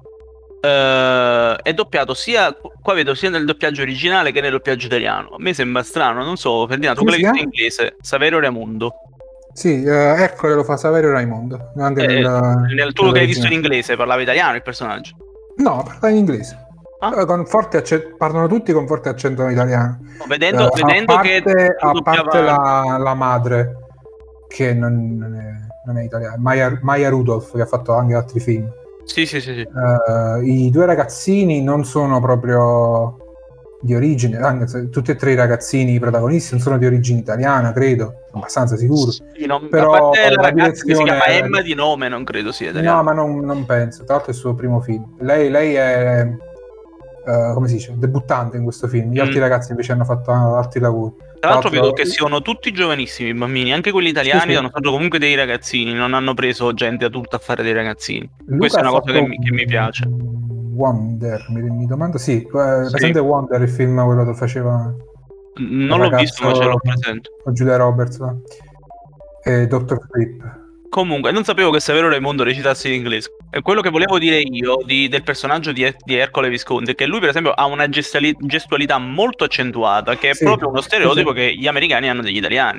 eh, è doppiato sia qua vedo sia nel doppiaggio originale che nel doppiaggio italiano. A me sembra strano, non so, Ferdinando, tu Come l'hai si visto in chiama? inglese, Saverio Raimondo. Sì, eh, Ercole lo fa Saverio Raimondo, anche Eh, nel, nel tu che hai visto in nell'originale. inglese parlava italiano il personaggio. No, parla in inglese. Ah? Eh, Con forte acce- parlano tutti con forte accento italiano. Vedendo, Eh, vedendo a parte, che a doppiava- parte la, la madre, che non, non è, non è italiana, Maya, Maya Rudolph, che ha fatto anche altri film. Sì, sì, sì, sì. Eh, I due ragazzini non sono proprio di origine, anche se tutti e tre i ragazzini, i protagonisti, non sono di origine italiana, credo, abbastanza sicuro. Sì, non- Però a parte la la ragazza che si direzione- chiama Emma di nome, non credo sia italiana. No, ma non, non penso. Tra l'altro è il suo primo film. Lei, lei è, eh, come si dice, debuttante in questo film. Gli Mm. altri ragazzi invece hanno fatto altri lavori. Tra l'altro vedo che sono tutti giovanissimi i bambini, anche quelli italiani Sì, sì. hanno fatto comunque dei ragazzini, non hanno preso gente adulta a fare dei ragazzini. Luca Questa è una ha cosa che fatto mi, che mi piace. Wonder, mi, mi domando, sì, eh, Sì. presente Wonder, il film quello dove faceva Non l'ho visto, ma ce l'ho presente. con Giulia Roberts, no? E doctor Sleep. Comunque, non sapevo che Saverio Raimondo recitasse in inglese. E quello che volevo dire io di- del personaggio di, Er- di Ercole Visconti è che lui, per esempio, ha una gestali- gestualità molto accentuata, che è Sì, proprio uno stereotipo sì. che gli americani hanno degli italiani.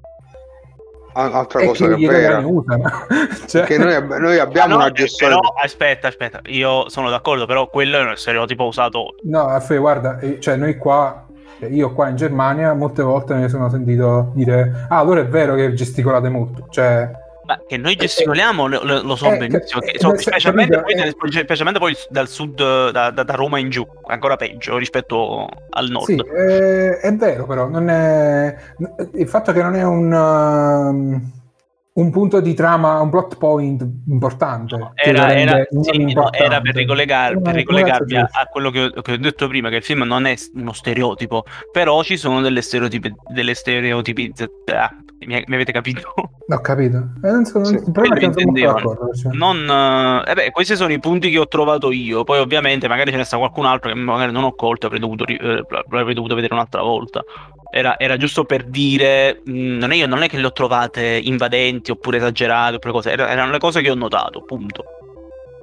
Al- Altra E cosa che che gli è vera, italiani usano. Cioè, che noi, ab- noi abbiamo Ah, no, una eh, gestione... però, aspetta, aspetta, io sono d'accordo, però quello è uno stereotipo usato. no, Affe, guarda, eh, cioè noi qua, cioè io qua in Germania molte volte me ne sono sentito dire ah, allora è vero che gesticolate molto, cioè Ma che noi gesticoliamo lo, lo- lo so eh, benissimo, eh, che- so, eh, specialmente, capito, poi, eh. nel- specialmente poi dal sud, da, da- da Roma in giù, ancora peggio rispetto al nord. sì, eh, è vero però, non è il fatto che non è un um, un punto di trama, un plot point importante. No, che era, lo rende era- non sì, no, importante. era per, ricollegar- Come- per come ricollegarmi cazzo a, dici? a quello che ho, che ho detto prima, che il film non è uno stereotipo, però ci sono delle stereotipi, delle stereotipi, ah, mi, mi avete capito? Ho capito. Eh, non so, Sì. il problema è che non sono molto Intendevano. d'accordo. Perciò. Non, eh, eh beh, questi sono i punti che ho trovato io. Poi, ovviamente, magari ce ne sta qualcun altro che magari non ho colto, avrei dovuto, ri- eh, avrei dovuto vedere un'altra volta. Era, era giusto per dire, mh, non è, io, non è che le ho trovate invadenti oppure esagerate oppure cose, era- erano le cose che ho notato, punto.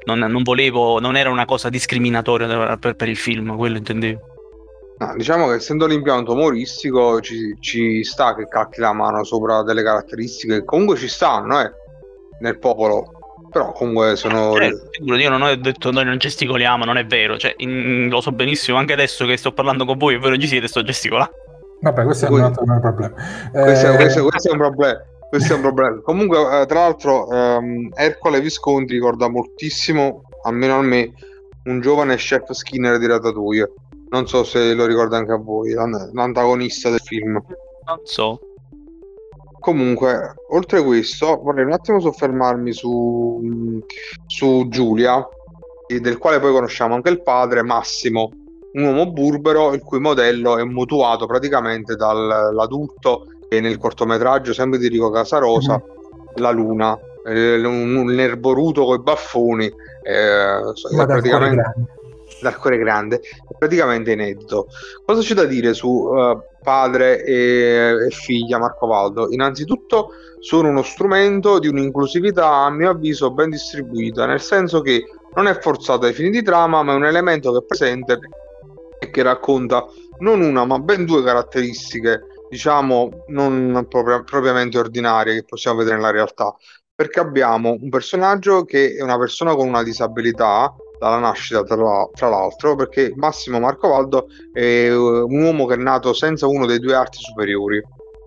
non, non volevo, non era una cosa discriminatoria per, per il film, quello intendevo. No, diciamo che essendo l'impianto umoristico ci, ci sta che calchi la mano sopra delle caratteristiche che comunque ci stanno eh, nel popolo, però comunque sono... Cioè, io non ho detto noi non gesticoliamo, non è vero, cioè, in, lo so benissimo, anche adesso che sto parlando con voi e voi non ci siete, sto gesticolando. Vabbè, questo è un altro problema. Questo, eh... questo, questo è un problema. Questo è un problema. Comunque, eh, tra l'altro, ehm, Ercole Visconti ricorda moltissimo, almeno a me, un giovane chef Skinner di Ratatouille. Non so se lo ricorda anche a voi, l'antagonista del film. Non so. Comunque, oltre questo, vorrei un attimo soffermarmi su, su Giulia, del quale poi conosciamo anche il padre, Massimo, un uomo burbero il cui modello è mutuato praticamente dall'adulto che nel cortometraggio, sempre di Rico Casarosa, mm-hmm. La Luna, eh, un, un nerboruto coi baffoni, eh, Ma praticamente... dal cuore grande, è praticamente inedito. Cosa c'è da dire su uh, padre e, e figlia Marco Valdo? Innanzitutto sono uno strumento di un'inclusività a mio avviso ben distribuita, nel senso che non è forzato ai fini di trama, ma è un elemento che è presente e che racconta non una ma ben due caratteristiche, diciamo non propria, propriamente ordinarie, che possiamo vedere nella realtà, perché abbiamo un personaggio che è una persona con una disabilità dalla nascita, tra, tra l'altro, perché Massimo Marco Valdo è un uomo che è nato senza uno dei due arti superiori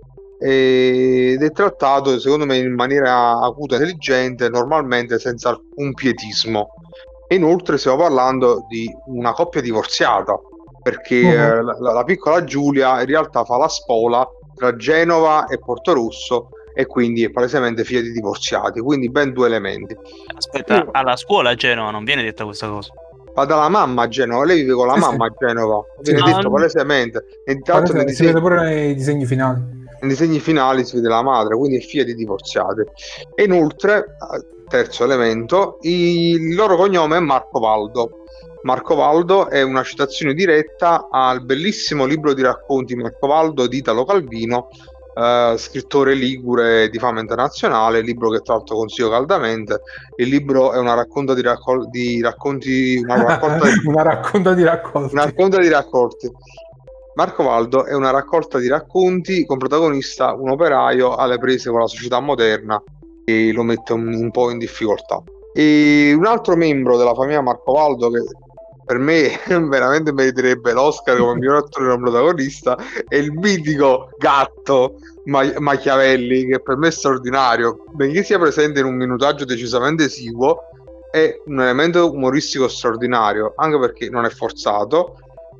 ed è trattato secondo me in maniera acuta e intelligente, normalmente senza alcun pietismo. E inoltre stiamo parlando di una coppia divorziata, perché uh-huh. la, la piccola Giulia in realtà fa la spola tra Genova e Portorosso e quindi è palesemente figlia di divorziati, quindi ben due elementi. Aspetta, Io... alla scuola a Genova non viene detta questa cosa? Va dalla mamma a Genova, lei vive con la sì, mamma sì. a Genova, viene sì, detto no, palesemente. E tra l'altro palese, si vede pure nei disegni finali. Nei disegni finali si vede la madre, quindi è figlia di divorziati. E inoltre, terzo elemento, il loro cognome è Marco Valdo. Marco Valdo è una citazione diretta al bellissimo libro di racconti Marco Valdo di Italo Calvino, Uh, scrittore ligure di fama internazionale, libro che tra l'altro consiglio caldamente. Il libro è una racconta di, raccol- di racconti una raccolta di, una racconta di racconti una racconta di racconti Marco Valdo è una raccolta di racconti con protagonista un operaio alle prese con la società moderna che lo mette un, un po' in difficoltà. E un altro membro della famiglia Marco Valdo che per me veramente meriterebbe l'Oscar come miglior attore non protagonista è il mitico gatto Ma- Machiavelli, che per me è straordinario, benché sia presente in un minutaggio decisamente esiguo, è un elemento umoristico straordinario, anche perché non è forzato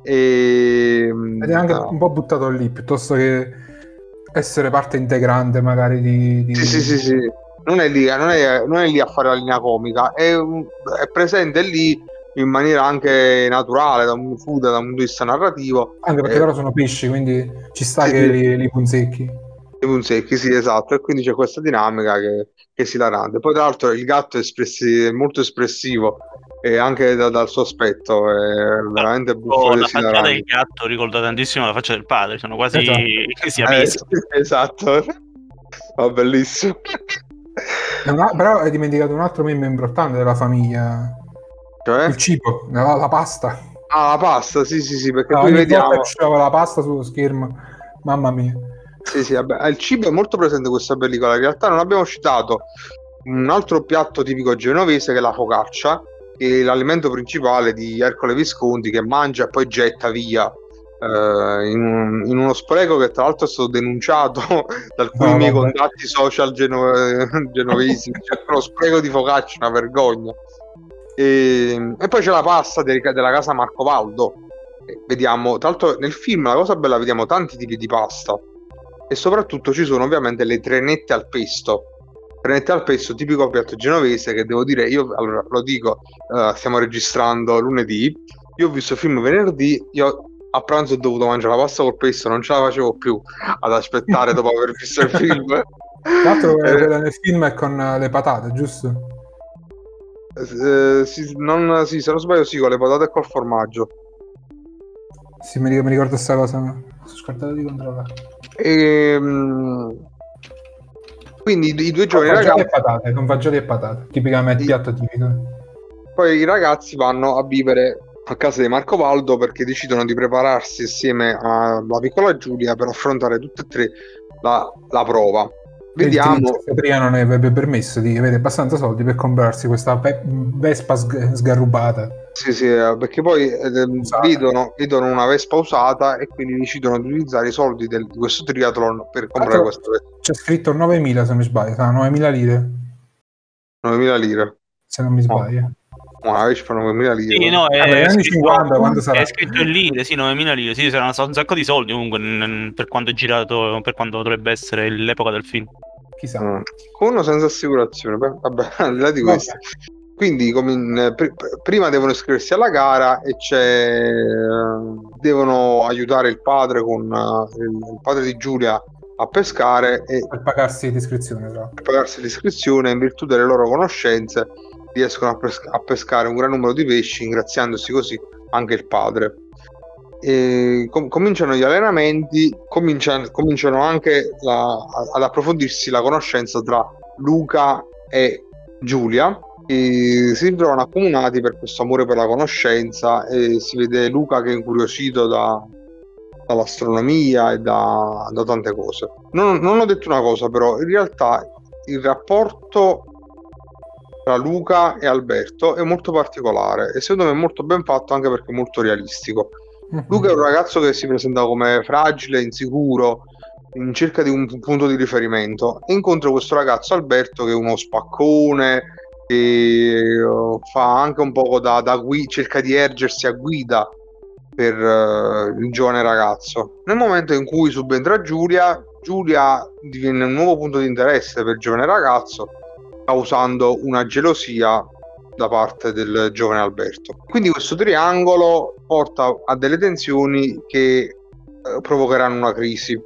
e... ed è anche no. un po' buttato lì piuttosto che essere parte integrante magari di, di... Sì, sì, sì, sì. Non è lì, non è, non è lì a fare la linea comica, è, è presente lì in maniera anche naturale, da un fluida, da un punto di vista narrativo. Anche perché eh, loro sono pesci, quindi ci sta sì, che sì. Li, li punzecchi. Li punzecchi, sì, esatto. E quindi c'è questa dinamica che, che si hilarante. Poi tra l'altro il gatto è, espressi, è molto espressivo e anche da, dal suo aspetto è veramente buffo. Oh, la faccia del gatto ricorda tantissimo la faccia del padre, sono quasi siamesi. Eh, esatto. Va bellissimo. Una, però hai dimenticato un altro membro importante della famiglia. Cioè? Il cibo, la, la pasta. Ah, la pasta, sì, sì, sì, perché no, poi vediamo c'era la pasta sullo schermo, mamma mia. Sì, sì, vabbè, il cibo è molto presente in questa pellicola. In realtà non abbiamo citato un altro piatto tipico genovese che è la focaccia, che è l'alimento principale di Ercole Visconti, che mangia e poi getta via eh, in, un, in uno spreco che tra l'altro è stato denunciato da alcuni no, miei vabbè. contatti social geno- genovesi. C'è uno spreco di focaccia, una vergogna. E, e poi c'è la pasta de- della casa Marco Valdo. E vediamo, tra l'altro nel film la cosa bella, vediamo tanti tipi di pasta e soprattutto ci sono ovviamente le trenette al pesto. Trenette al pesto, tipico piatto genovese, che devo dire, io allora lo dico, uh, stiamo registrando lunedì, io ho visto il film venerdì, io a pranzo ho dovuto mangiare la pasta col pesto, non ce la facevo più ad aspettare dopo aver visto il film. Tra l'altro quella nel film è con le patate, giusto? Eh, sì, non, sì, se non sbaglio sì, con le patate e col formaggio. Sì, mi ricordo, mi ricordo questa cosa, ma sono scordato di controllare. E, quindi i due giovani ragazzi e patate, con fagioli e patate, tipicamente sì. piatto tipico. poi i ragazzi vanno a vivere a casa di Marco Valdo perché decidono di prepararsi assieme alla piccola Giulia per affrontare tutte e tre la, la prova. Vediamo. Adriano non avrebbe permesso di avere abbastanza soldi per comprarsi questa pe- Vespa sg- sgarrubata. Sì, sì, perché poi eh, vedono, vedono una Vespa usata e quindi decidono di utilizzare i soldi del, di questo triathlon per comprare Altro, questa Vespa. C'è scritto novemila se non mi sbaglio, no, novemila lire. novemila lire. Se non mi sbaglio. No, una Vespa novemila lire. Sì, no, è, ah, beh, anni scritto, cinquanta, quando sarà? È scritto in lire, sì, novemila lire, sì, saranno un sacco di soldi comunque n- per quando è girato, per quando dovrebbe essere l'epoca del film. Chissà. Mm. Con o senza assicurazione, beh, vabbè, al di là di questo. Quindi com- pr- prima devono iscriversi alla gara e c'è devono aiutare il padre con uh, il padre di Giulia a pescare e per pagarsi l'iscrizione, però. per pagarsi l'iscrizione. In virtù delle loro conoscenze riescono a, pes- a pescare un gran numero di pesci, ingraziandosi così anche il padre. E com- cominciano gli allenamenti, cominciano, cominciano anche la, ad approfondirsi la conoscenza tra Luca e Giulia, e si trovano accomunati per questo amore per la conoscenza, e si vede Luca che è incuriosito da, dall'astronomia e da, da tante cose. Non, non ho detto una cosa, però in realtà il rapporto tra Luca e Alberto è molto particolare e secondo me è molto ben fatto, anche perché è molto realistico. Mm-hmm. Luca è un ragazzo che si presenta come fragile, insicuro, in cerca di un punto di riferimento, e incontra questo ragazzo Alberto che è uno spaccone, che uh, fa anche un po' da, da guida, cerca di ergersi a guida per uh, il giovane ragazzo. Nel momento in cui subentra Giulia, Giulia diviene un nuovo punto di interesse per il giovane ragazzo, causando una gelosia da parte del giovane Alberto. Quindi questo triangolo porta a delle tensioni che eh, provocheranno una crisi,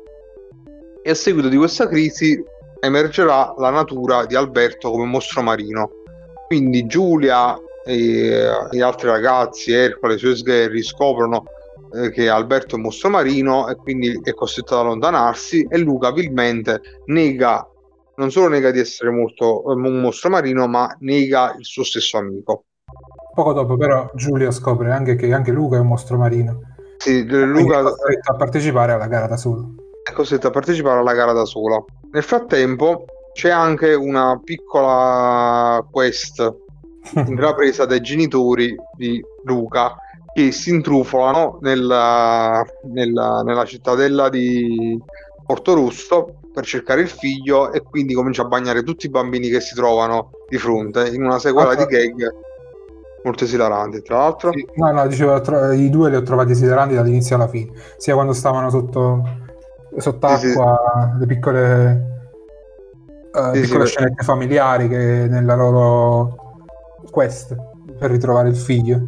e a seguito di questa crisi emergerà la natura di Alberto come mostro marino. Quindi Giulia e gli altri ragazzi, Ercole e i suoi sgherri, scoprono eh, che Alberto è un mostro marino e quindi è costretto ad allontanarsi, e Luca vilmente nega, non solo nega di essere molto, un mostro marino, ma nega il suo stesso amico. Poco dopo però Giulia scopre anche che anche Luca è un mostro marino. Sì, Luca è costretto a partecipare alla gara da solo. È costretto a partecipare alla gara da sola. Nel frattempo c'è anche una piccola quest intrapresa dai genitori di Luca, che si intrufolano nella, nella, nella cittadella di Portorusso per cercare il figlio, e quindi comincia a bagnare tutti i bambini che si trovano di fronte in una sequela ah, di gag molto esilaranti, tra l'altro. Sì, no, no, dicevo, tro- i due li ho trovati esilaranti dall'inizio alla fine, sia quando stavano sotto sott'acqua, sì, sì. le piccole uh, sì, piccole sì, scenette per... familiari, che nella loro quest per ritrovare il figlio.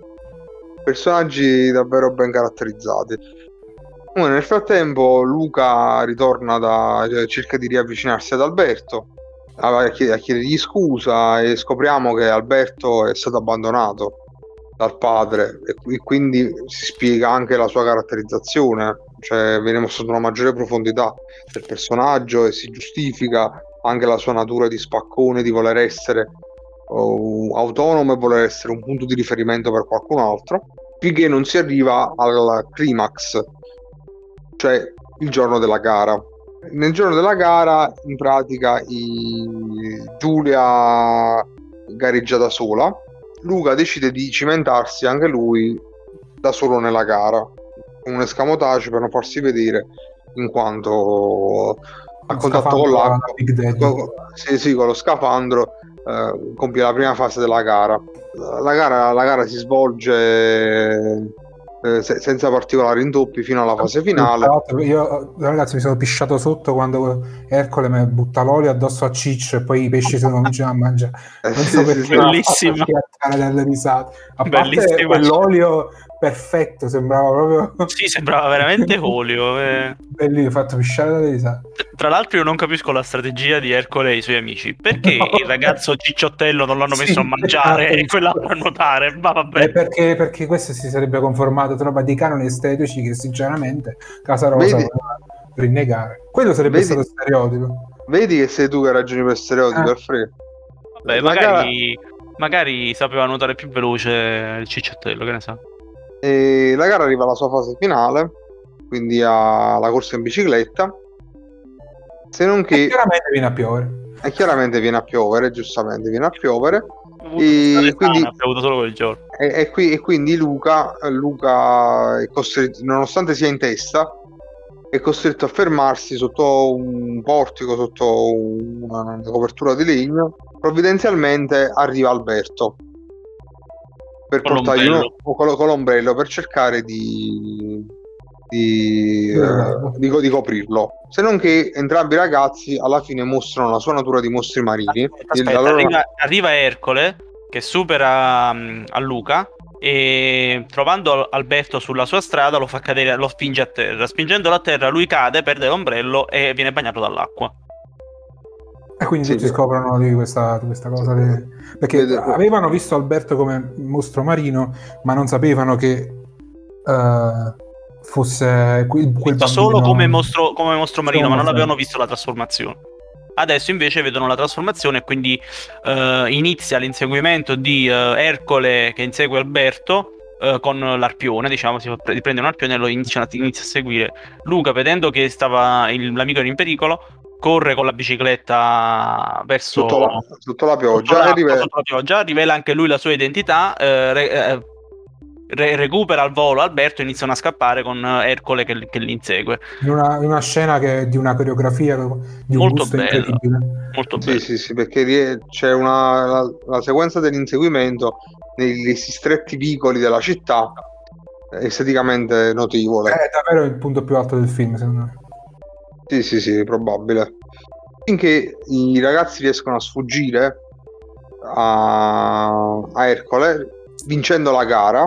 Personaggi davvero ben caratterizzati. Nel frattempo Luca ritorna da, cioè, cerca di riavvicinarsi ad Alberto, a chiedergli scusa, e scopriamo che Alberto è stato abbandonato dal padre, e quindi si spiega anche la sua caratterizzazione, cioè viene mostrata una maggiore profondità del personaggio e si giustifica anche la sua natura di spaccone, di voler essere uh, autonomo e voler essere un punto di riferimento per qualcun altro, finché non si arriva al climax, cioè il giorno della gara. Nel giorno della gara, in pratica, i... Giulia gareggia da sola. Luca decide di cimentarsi anche lui da solo nella gara, un escamotage per non farsi vedere, in quanto a contatto con l'acqua, con, sì, sì, con lo scafandro eh, compie la prima fase della gara. La gara, la gara si svolge Eh, se- senza particolari intoppi fino alla fase finale. Io, ragazzi, mi sono pisciato sotto quando Ercole mi butta l'olio addosso a Ciccio e poi i pesci si cominciano a mangiare. Non so sì, perché, sì, bellissimo. Dalle risate. A Bellissima, parte quell'olio perfetto, sembrava proprio. Sì, sembrava veramente olio. Eh. Bellissimo, fatto pisciare dalle risate. Tra l'altro, io non capisco la strategia di Ercole e i suoi amici. Perché no. il ragazzo Cicciottello non l'hanno messo sì, a mangiare esatto. e quell'altro a nuotare? Ma vabbè. Eh, perché, perché questo si sarebbe conformato roba di canoni estetici che sinceramente Casarosa voleva rinnegare. Quello sarebbe vedi, stato stereotipo. Vedi che sei tu che ragioni per stereotipo, eh. Alfredo. Vabbè, la magari gara... Magari sapeva nuotare più veloce il cicciottello, che ne sa. E la gara arriva alla sua fase finale, quindi alla corsa in bicicletta. Se non che E chiaramente viene a piovere. E chiaramente viene a piovere, giustamente viene a piovere. E E quindi, ha avuto solo quel giorno. e, e, qui, e quindi Luca, Luca è costretto, nonostante sia in testa, è costretto a fermarsi sotto un portico, sotto una, una copertura di legno. Provvidenzialmente arriva Alberto per Con portargli l'ombrello. uno, con, con l'ombrello per cercare di, di, eh, di, di coprirlo. Se non che entrambi i ragazzi alla fine mostrano la sua natura di mostri marini. Aspetta, loro... arriva, arriva Ercole che supera um, a Luca e trovando Alberto sulla sua strada lo fa cadere, lo spinge a terra. Spingendolo a terra lui cade, perde l'ombrello e viene bagnato dall'acqua. E quindi Sì, tutti sì. scoprono di questa, di questa cosa. Di... Perché Vede- avevano visto Alberto come mostro marino, ma non sapevano che uh, fosse quel, quel Visto bambino... solo come mostro, come mostro marino, ma non Solo avevano visto la trasformazione. Adesso invece vedono la trasformazione e quindi uh, inizia l'inseguimento di uh, Ercole che insegue Alberto uh, con l'arpione, diciamo, si pre- prende un arpione e lo inizia, inizia a seguire. Luca, vedendo che stava il, l'amico era in pericolo, corre con la bicicletta verso sotto la, sotto la pioggia sotto e l'acqua, rive- sotto la pioggia, rivela anche lui la sua identità, eh, re- eh, re- recupera al volo Alberto e iniziano a scappare con Ercole che, che li insegue. In una, in una scena che di una coreografia di un Molto gusto bella, incredibile. molto sì, bello. sì, sì, perché rie- c'è una la, la sequenza dell'inseguimento negli stretti vicoli della città è esteticamente notevole. È davvero il punto più alto del film, secondo me. Sì, sì, sì, probabile. Finché i ragazzi riescono a sfuggire a, a Ercole vincendo la gara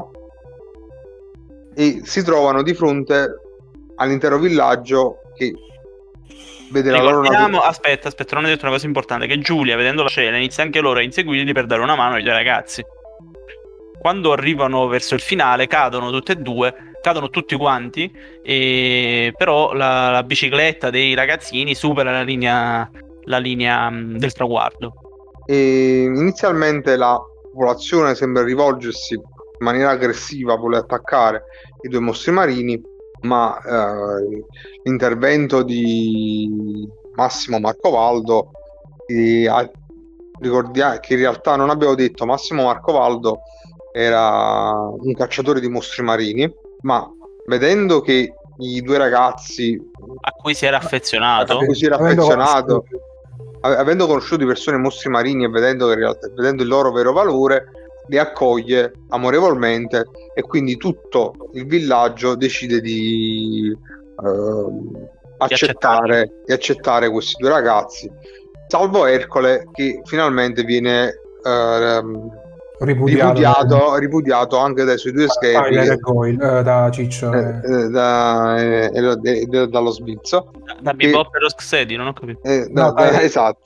e si trovano di fronte all'intero villaggio che vede la loro Ricordiamo, natura. aspetta, aspetta, non hai detto una cosa importante, che Giulia, vedendo la scena, inizia anche loro a inseguirli per dare una mano ai due ragazzi. Quando arrivano verso il finale cadono tutte e due, cadono tutti quanti, e però la, la bicicletta dei ragazzini supera la linea, la linea mh, del traguardo. E inizialmente la popolazione sembra rivolgersi in maniera aggressiva, vuole attaccare i due mostri marini, ma eh, l'intervento di Massimo Marcovaldo, eh, ha- ricordia- che in realtà non abbiamo detto, Massimo Marcovaldo era un cacciatore di mostri marini, ma vedendo che i due ragazzi A cui si era affezionato. a cui si era Avendo affezionato, conosciuto- ave- avendo conosciuto persone mostri marini e vedendo, che in realtà, vedendo il loro vero valore, li accoglie amorevolmente e quindi tutto il villaggio decide di eh, accettare, di accettare questi due ragazzi, salvo Ercole che finalmente viene eh, ripudiato, ripudiato, ripudiato anche dai suoi due da schermi Tyler che- e Goyle, eh, da Ciccio. eh, eh. eh, da- eh, eh, eh, dallo sbizzo. Da, da Bebop e Rocksteady, non ho capito. Eh, No, da- da- Tyler- esatto.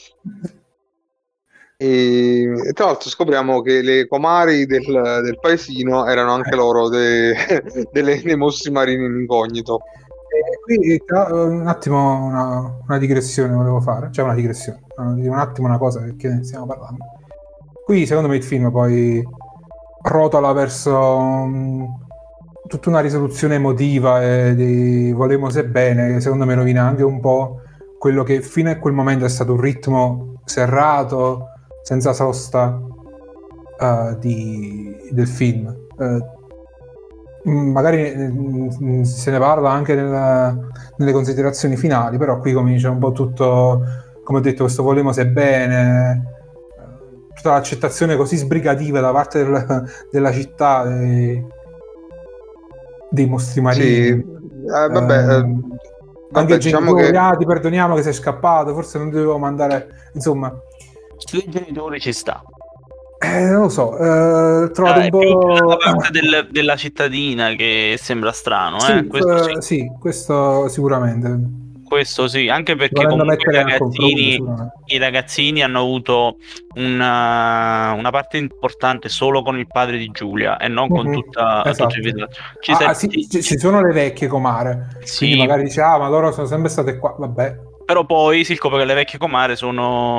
E, e tra l'altro scopriamo che le comari del, del paesino erano anche loro de- delle, dei mostri marini in incognito. E qui tra- un attimo una, una digressione volevo fare, cioè una digressione, no, di un attimo una cosa perché ne stiamo parlando. Qui secondo me il film poi rotola verso um, tutta una risoluzione emotiva e di volemo se bene, che secondo me rovina anche un po' quello che fino a quel momento è stato un ritmo serrato, senza sosta uh, di, del film. Uh, magari mh, se ne parla anche nella, nelle considerazioni finali, però qui comincia un po' tutto, come ho detto, questo volemo se bene, tutta l'accettazione così sbrigativa da parte del, della città dei, dei mostri marini. Sì, eh, vabbè, eh, Eh, vabbè, anche diciamo genitori, che ah, ti perdoniamo che sei scappato, forse non dovevo mandare, insomma, Sui genitori ci sta. eh, non lo so, eh, ho trovato Eh, un è più po'... la parte del- della cittadina che sembra strano, Sì, eh? Questo sì. eh, sì, questo sicuramente. Questo sì, anche perché Volendo comunque i mettere a confronto, ragazzini, sicuramente. i ragazzini hanno avuto una, una parte importante solo con il padre di Giulia e non con Mhm, tutta, esatto. tutto il villaggio. Ci Ah, sei- ah, sì, ci, ci sono le vecchie comare, Sì. quindi magari dice, ah, ma loro sono sempre state qua, vabbè. Però poi si scopre che le vecchie comare sono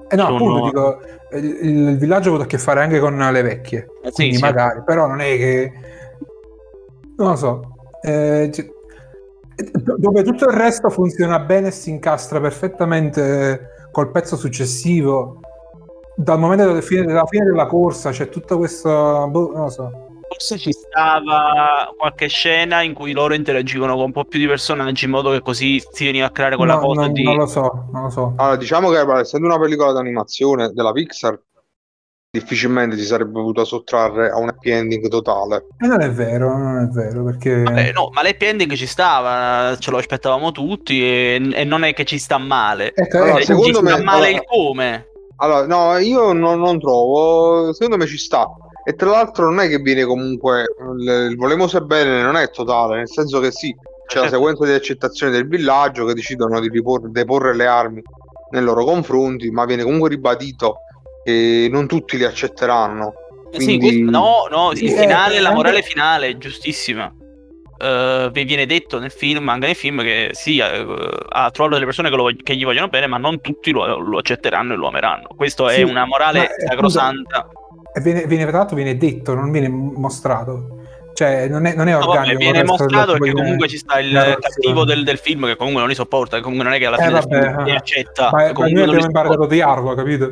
Eh no, sono... appunto, dico, il, il villaggio ha avuto a che fare anche con le vecchie, Eh, sì, quindi sì. magari, però non è che... Non lo so. Eh, c- dove tutto il resto funziona bene e si incastra perfettamente col pezzo successivo, dal momento della fine, della fine della corsa c'è tutta questa... boh, non lo so. Forse ci stava qualche scena in cui loro interagivano con un po' più di personaggi in modo che così si veniva a creare quella No, cosa non, di... non lo so, non lo so. Allora, diciamo che essendo una pellicola d'animazione della Pixar, difficilmente si sarebbe potuto sottrarre a un happy ending totale. E non è vero, non è vero, perché... Vabbè, no, ma l'happy ending ci stava, ce lo aspettavamo tutti e, e non è che ci sta male. Ecco, Allora, eh, secondo ci me- sta male allora- il come. Allora, no, io non, non trovo, secondo me ci sta. E tra l'altro non è che viene comunque, il, il volemose bene non è totale, nel senso che sì, c'è la Certo. sequenza di accettazione del villaggio che decidono di ripor- deporre le armi nei loro confronti, ma viene comunque ribadito che non tutti li accetteranno. Eh Sì, Quindi questo- no, no, Sì, il eh, finale, eh, la anche- morale finale è giustissima. Eh, vi viene detto nel film, anche nel film, che sì, eh, ha trovato delle persone che, lo, che gli vogliono bene, ma non tutti lo, lo accetteranno e lo ameranno. Questo Sì, è una ma morale è sacrosanta. E viene, viene, tra l'altro viene detto, non viene mostrato. Cioè, non è, non è No, vabbè, organico. viene il resto mostrato del- che tipo di- comunque ci sta il di narrazione. cattivo del, del film che comunque non li sopporta, che comunque non è che alla Eh, fine del vabbè, film li eh. accetta, Ma, ma comunque noi non li abbiamo sopporta. imparato di odiarlo, capito?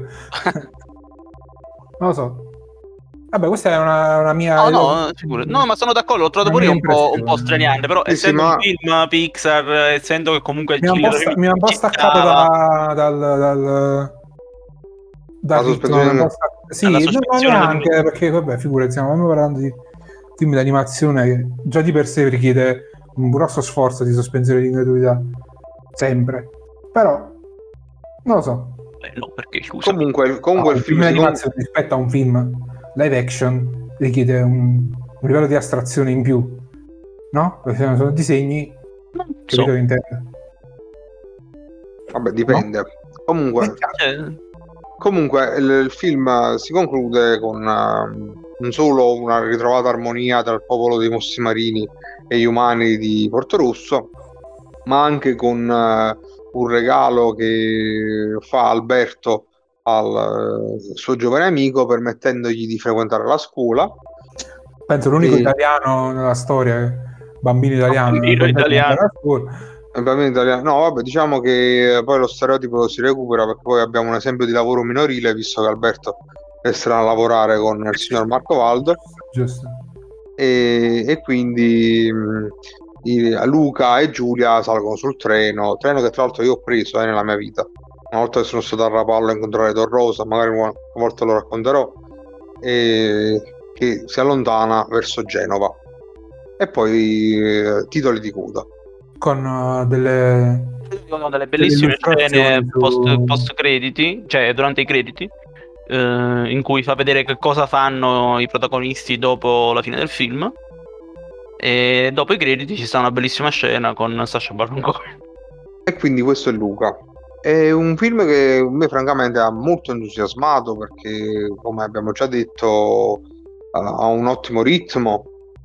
Non lo so. Vabbè, questa è una, una mia... No, no, figurati. No, ma sono d'accordo, l'ho trovato una pure mia io un po', un po' impressione. straniante, però Sì, sì, essendo ma- un film Pixar, essendo che comunque il Mi ha un po', Killer sta- mi ha un po' ci staccato stava, da, dal, dal, dal La ritmo. mi ha un po' sospensione- sta- Alla Sì, no, ma sospensione del neanche, minuto. perché vabbè, figurati, stiamo proprio parlando di film d'animazione che già di per sé richiede un grosso sforzo di sospensione di incredulità, sempre. Però, non lo so. Beh, no, perché scusa. Comunque, comunque No, il un film film secondo- d'animazione rispetto a un film live action richiede un, un livello di astrazione in più, no? Perché sono disegni Non che so. vedo intende. vabbè, dipende. Comunque, Cioè, Comunque il, il film si conclude con eh, non solo una ritrovata armonia tra il popolo dei mossi marini e gli umani di Portorosso, ma anche con eh, un regalo che fa Alberto al eh, suo giovane amico, permettendogli di frequentare la scuola. Penso l'unico E- italiano nella storia, bambino italiano, Bambino che italiano. andare a scuola. il bambino italiano- No, vabbè, diciamo che poi lo stereotipo si recupera perché poi abbiamo un esempio di lavoro minorile, visto che Alberto resterà a lavorare con il signor Marco Valdo. Giusto. e, e quindi mh, i- Luca e Giulia salgono sul treno, treno che tra l'altro io ho preso eh, nella mia vita. Una volta che sono stato a Rapallo a incontrare Don Rosa, magari una volta lo racconterò, e che si allontana verso Genova. E poi eh, titoli di coda. Con uh, delle... ci sono delle bellissime Delle scene illustrazioni post, su- post crediti, cioè durante i crediti, eh, in cui fa vedere che cosa fanno i protagonisti dopo la fine del film. E dopo i crediti ci sta una bellissima scena con Sacha Baron Cohen. E quindi questo è Luca. È un film che a me francamente ha molto entusiasmato perché, come abbiamo già detto, eh, ha un ottimo ritmo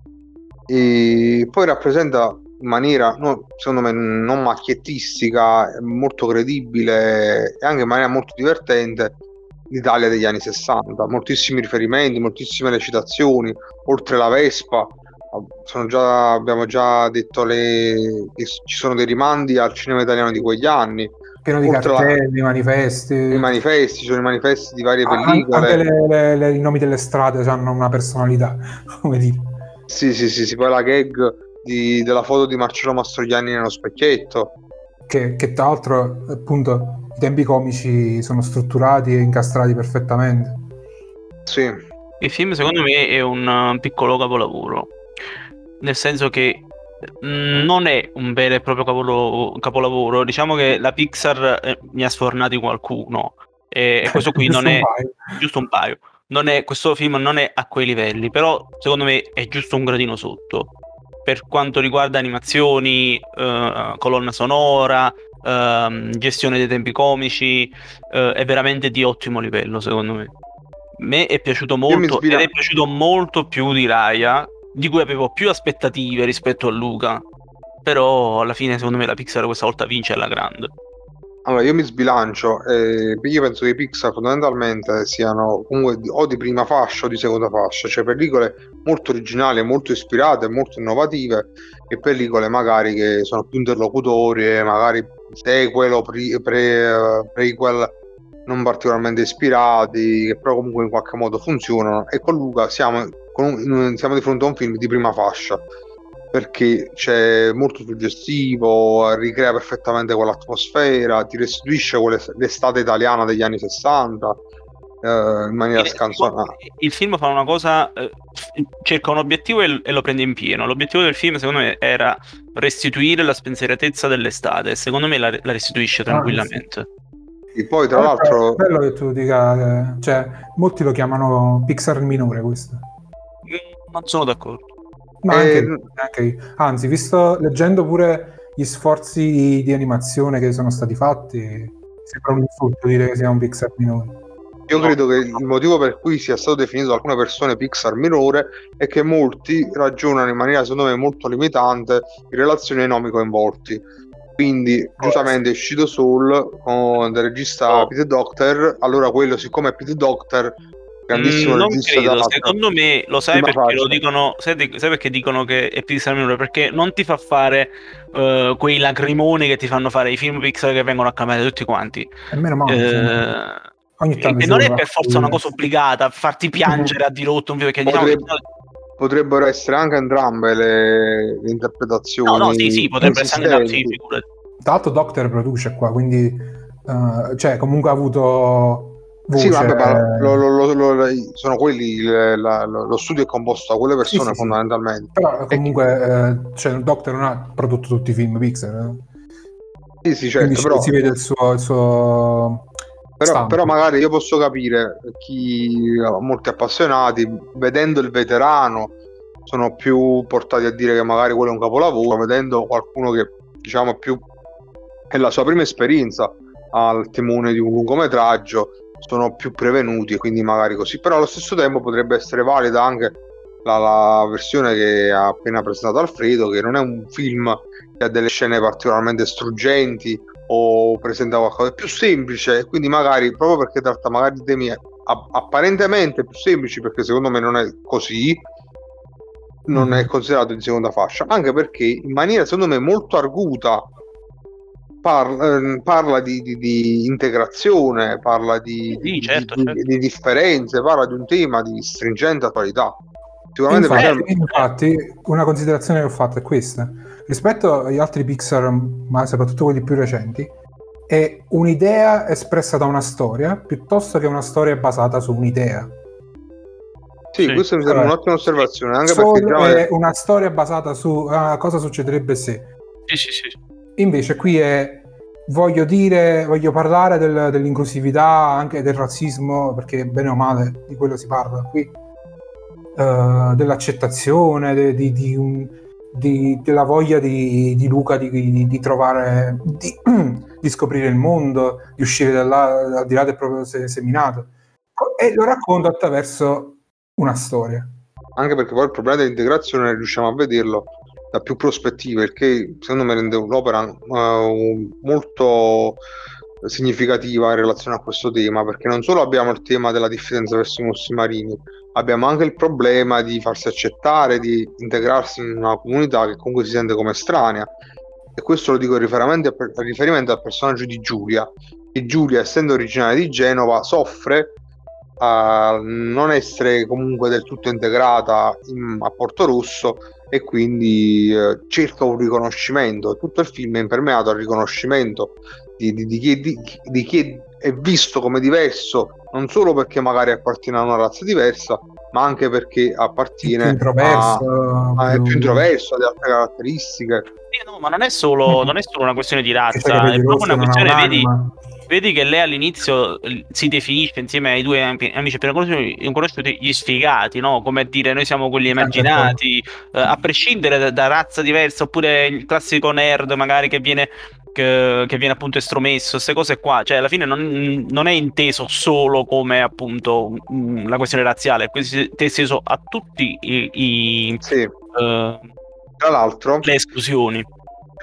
e poi rappresenta in maniera, no, secondo me, non macchiettistica, molto credibile e anche in maniera molto divertente l'Italia degli anni sessanta. Moltissimi riferimenti, moltissime recitazioni, oltre la Vespa. Sono già, abbiamo già detto le, che ci sono dei rimandi al cinema italiano di quegli anni. pieno di Oltre la- cartelli, manifesti. I manifesti, ci sono i manifesti di varie Ah, an- pellicole. Anche le- le- le- i nomi delle strade hanno una personalità, come dire. Sì, sì, sì, sì, poi la gag di- della foto di Marcello Mastroianni nello specchietto. Che, che tra l'altro, appunto, i tempi comici sono strutturati e incastrati perfettamente. Sì, Il film secondo me è un uh, piccolo capolavoro, nel senso che mh, non è un vero e proprio capolo- capolavoro, diciamo che la Pixar eh, mi ha sfornato qualcuno e, e questo qui Giusto non un è paio. giusto un paio. Non è, questo film non è a quei livelli, però secondo me è giusto un gradino sotto. Per quanto riguarda animazioni, eh, colonna sonora, ehm, gestione dei tempi comici, eh, è veramente di ottimo livello, secondo me. Me è piaciuto mi molto ispira- ed è piaciuto molto più di Raya, di cui avevo più aspettative rispetto a Luca. Però alla fine, secondo me, la Pixar questa volta vince alla grande. Allora, io mi sbilancio, eh, io penso che i Pixar fondamentalmente siano comunque di- o di prima fascia o di seconda fascia, cioè pellicole molto originali, molto ispirate, molto innovative, e pellicole magari che sono più interlocutorie, magari sequel o pre, pre- eh, prequel non particolarmente ispirati, che però comunque in qualche modo funzionano. E con Luca siamo, con un- siamo di fronte a un film di prima fascia, perché c'è molto suggestivo, ricrea perfettamente quell'atmosfera, ti restituisce quelle- l'estate italiana degli anni sessanta eh, in maniera Il, scanzonata. il film fa una cosa, eh, cerca un obiettivo e, e lo prende in pieno. L'obiettivo del film, secondo me, era restituire la spensieratezza dell'estate, e secondo me la, la restituisce tranquillamente. E poi tra Però l'altro è bello che tu dica, eh, cioè, molti lo chiamano Pixar minore questo. Mm, Non sono d'accordo. Ma Eh, anche, anche anzi, visto leggendo pure gli sforzi di animazione che sono stati fatti, sembra un insulto dire che sia un Pixar minore. io No. credo che il motivo per cui sia stato definito da alcune persone Pixar minore è che molti ragionano in maniera secondo me molto limitante in relazione ai nomi coinvolti. Quindi giustamente è uscito Soul con del regista No. Peter Docter, allora quello, siccome è Peter Docter, grandissimo Mm, non regista credo, da secondo me lo sai prima perché lo faccia. dicono, sai, di- sai perché dicono che è Pixar minore? Perché non ti fa fare eh, quei lacrimoni che ti fanno fare i film Pixar che vengono acclamati da tutti quanti. E meno male, Eh, insomma. Ogni tanto e ci non è vuole per forza una cosa obbligata, farti piangere a dirotto un film, perché diciamo che Potrebbe- potrebbero essere anche entrambe le, le interpretazioni no, no, sì, sì, potrebbe essere anche sì, esistenti. figurati. Tra l'altro Doctor produce qua, quindi eh, cioè comunque ha avuto voce. Sì, vabbè, ma lo- lo- lo- lo- sono quelli, il- la- lo, lo studio è composto da quelle Sì, persone sì, sì. fondamentalmente. Però E- comunque eh, cioè, il Doctor non ha prodotto tutti i film Pixar, eh. sì, sì, Quindi certo, ci- però, si vede il suo, il suo però, stampo. però magari io posso capire chi, molti appassionati, vedendo il veterano, sono più portati a dire che magari quello è un capolavoro, vedendo qualcuno che diciamo è più è la sua prima esperienza al timone di un lungometraggio, sono più prevenuti e quindi magari così. Però allo stesso tempo potrebbe essere valida anche la, la versione che ha appena presentato Alfredo, che non è un film che ha delle scene particolarmente struggenti o presenta qualcosa di più semplice, e quindi magari proprio perché tratta magari di temi a- apparentemente più semplici, perché secondo me non è così, non Mhm. è considerato di seconda fascia, anche perché in maniera secondo me molto arguta parla, ehm, parla di, di- di integrazione, parla di, Sì, di- certo, di- certo. di differenze, parla di un tema di stringente attualità. E Sicuramente per infatti, esempio, infatti, una considerazione che ho fatto è questa: rispetto agli altri Pixar, ma soprattutto quelli più recenti, è un'idea espressa da una storia piuttosto che una storia basata su un'idea. sì, Sì. questa mi sembra Cioè, un'ottima osservazione, anche Soul perché diciamo, è una storia basata su ah, cosa succederebbe se. Sì, sì, sì. Invece qui è voglio dire, voglio parlare del- dell'inclusività, anche del razzismo, perché bene o male di quello si parla qui, eh, dell'accettazione, de- di, di un- di- della voglia di, di Luca di, di- di trovare, di, di scoprire il mondo, di uscire dalla- al di là del proprio se- seminato. E lo racconto attraverso una storia. anche perché poi il problema dell'integrazione riusciamo a vederlo da più prospettive, il che secondo me rende un'opera eh, molto significativa in relazione a questo tema, perché non solo abbiamo il tema della diffidenza verso i mossi marini, abbiamo anche il problema di farsi accettare, di integrarsi in una comunità che comunque si sente come estranea. E questo lo dico in riferimento, a- in riferimento al personaggio di Giulia, che Giulia, essendo originaria di Genova, soffre a non essere comunque del tutto integrata in- a Porto Rosso, e quindi eh, cerca un riconoscimento. Tutto il film è impermeato al riconoscimento di, di- di chi, di- di chi è visto come diverso, non solo perché magari appartiene a una razza diversa, ma anche perché Più appartiene introverso, a, a- è più- più introverso, ha altre caratteristiche. Sì, no, ma non è solo, non è solo una questione di che c'ha i razza, è capelli proprio rossi, una non ha questione, vedi, un'anima. vedi che lei all'inizio eh, si definisce insieme ai due am- amici appena conosciuti, conosciuti, gli sfigati, no? Come a dire noi siamo quelli emarginati, eh, a prescindere da, da razza diversa, oppure il classico nerd magari che viene, che, che viene appunto estromesso, queste cose qua, cioè alla fine non, non è inteso solo come appunto mm, la questione razziale, è esteso a tutti i, i, Sì, eh, tra l'altro le esclusioni.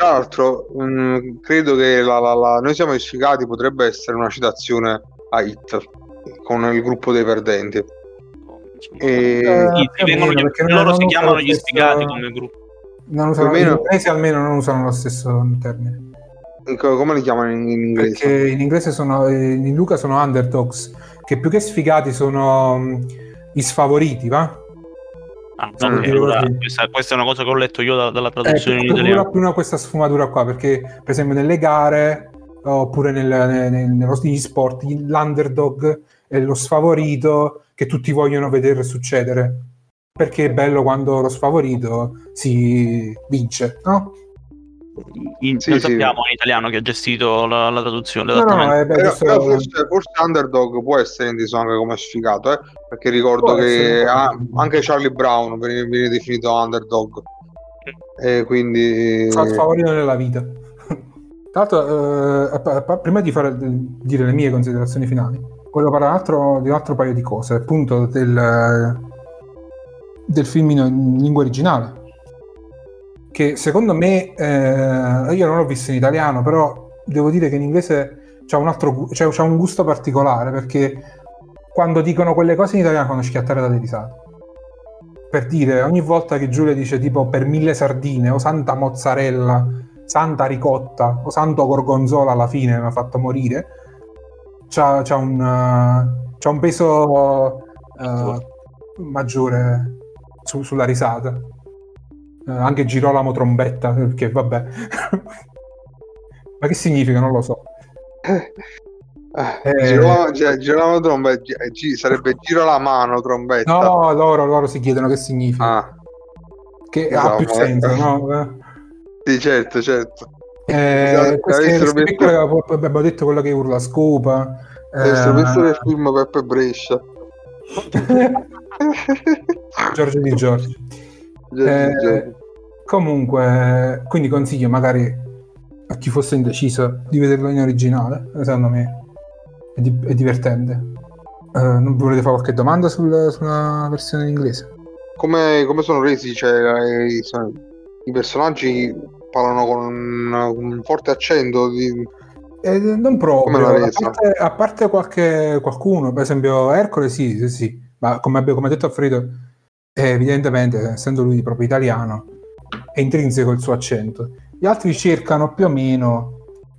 Tra l'altro, mh, credo che la, la, la Noi siamo sfigati potrebbe essere una citazione a Hit con il gruppo dei perdenti. E... Eh, Sì, più o vengono meno, gli- perché non- loro non si usano chiamano lo gli stesso- sfigati come gruppo. Non usano, Più o meno- gli inglesi almeno non usano lo stesso termine. Co- Come li chiamano in, in inglese? Perché in inglese sono, eh, in Luca sono underdogs, che più che sfigati sono mh, i sfavoriti, va? Ah, Si ok, può dire allora, così. questa, questa è una cosa che ho letto io da- dalla Eh, traduzione in più, più, italiano. più una questa sfumatura qua, perché per esempio nelle gare oppure nel, nel, nello- negli sport l'underdog è lo sfavorito che tutti vogliono vedere succedere, perché è bello quando lo sfavorito si vince, no? In- Sì, non sì. sappiamo in italiano chi ha gestito la, la traduzione. No, no, no, esattamente. è beh, Però, giusto- però forse, forse Underdog può essere inteso anche come sfigato, eh? Perché ricordo Può essere, che può ah, essere. anche Charlie Brown viene, viene definito Underdog. E quindi fa il favorito nella vita. Tra l'altro, eh, pa- pa- prima di fare, di dire le mie considerazioni finali, volevo parlare un altro- di un altro paio di cose, appunto del, del film in, in lingua originale, che secondo me, eh, io non l'ho visto in italiano, però devo dire che in inglese c'ha un altro gu- c'è, c'ha un gusto particolare, perché quando dicono quelle cose in italiano fanno schiattare dalle risate. Per dire, ogni volta che Giulia dice tipo per mille sardine o santa mozzarella, santa ricotta o santo gorgonzola, alla fine mi ha fatto morire, c'ha, c'ha, un, uh, c'ha un peso uh, maggiore su- sulla risata. Uh, anche Girolamo trombetta, perché vabbè. Ma che significa? Non lo so. Eh, Girolamo, cioè, Girolamo trombetta, gi- sarebbe giro la mano trombetta. No, loro, loro si chiedono che significa. Ah, Che esatto, ha più eh. senso, no? Sì, certo, certo. Eh, Se queste, avessero queste visto- piccole, abbiamo detto quello che urla scopa. Se avessero visto eh, il film Peppe Brescia. Giorgio Di Giorgio. Giorgio Eh, Di Giorgio. Comunque, quindi consiglio magari a chi fosse indeciso di vederlo in originale. Secondo me è, di- è divertente. Eh, non volete fare qualche domanda sul- sulla versione in inglese? Come, come sono resi? Cioè, i, sono- i personaggi parlano con un, un forte accento di... Eh, non Come l'ha proprio, a resa? parte, a parte qualche, qualcuno, per esempio Ercole, sì, sì, sì, ma come, abbiamo- come ha detto Alfredo, eh, evidentemente, essendo lui proprio italiano, è intrinseco il suo accento. Gli altri cercano più o meno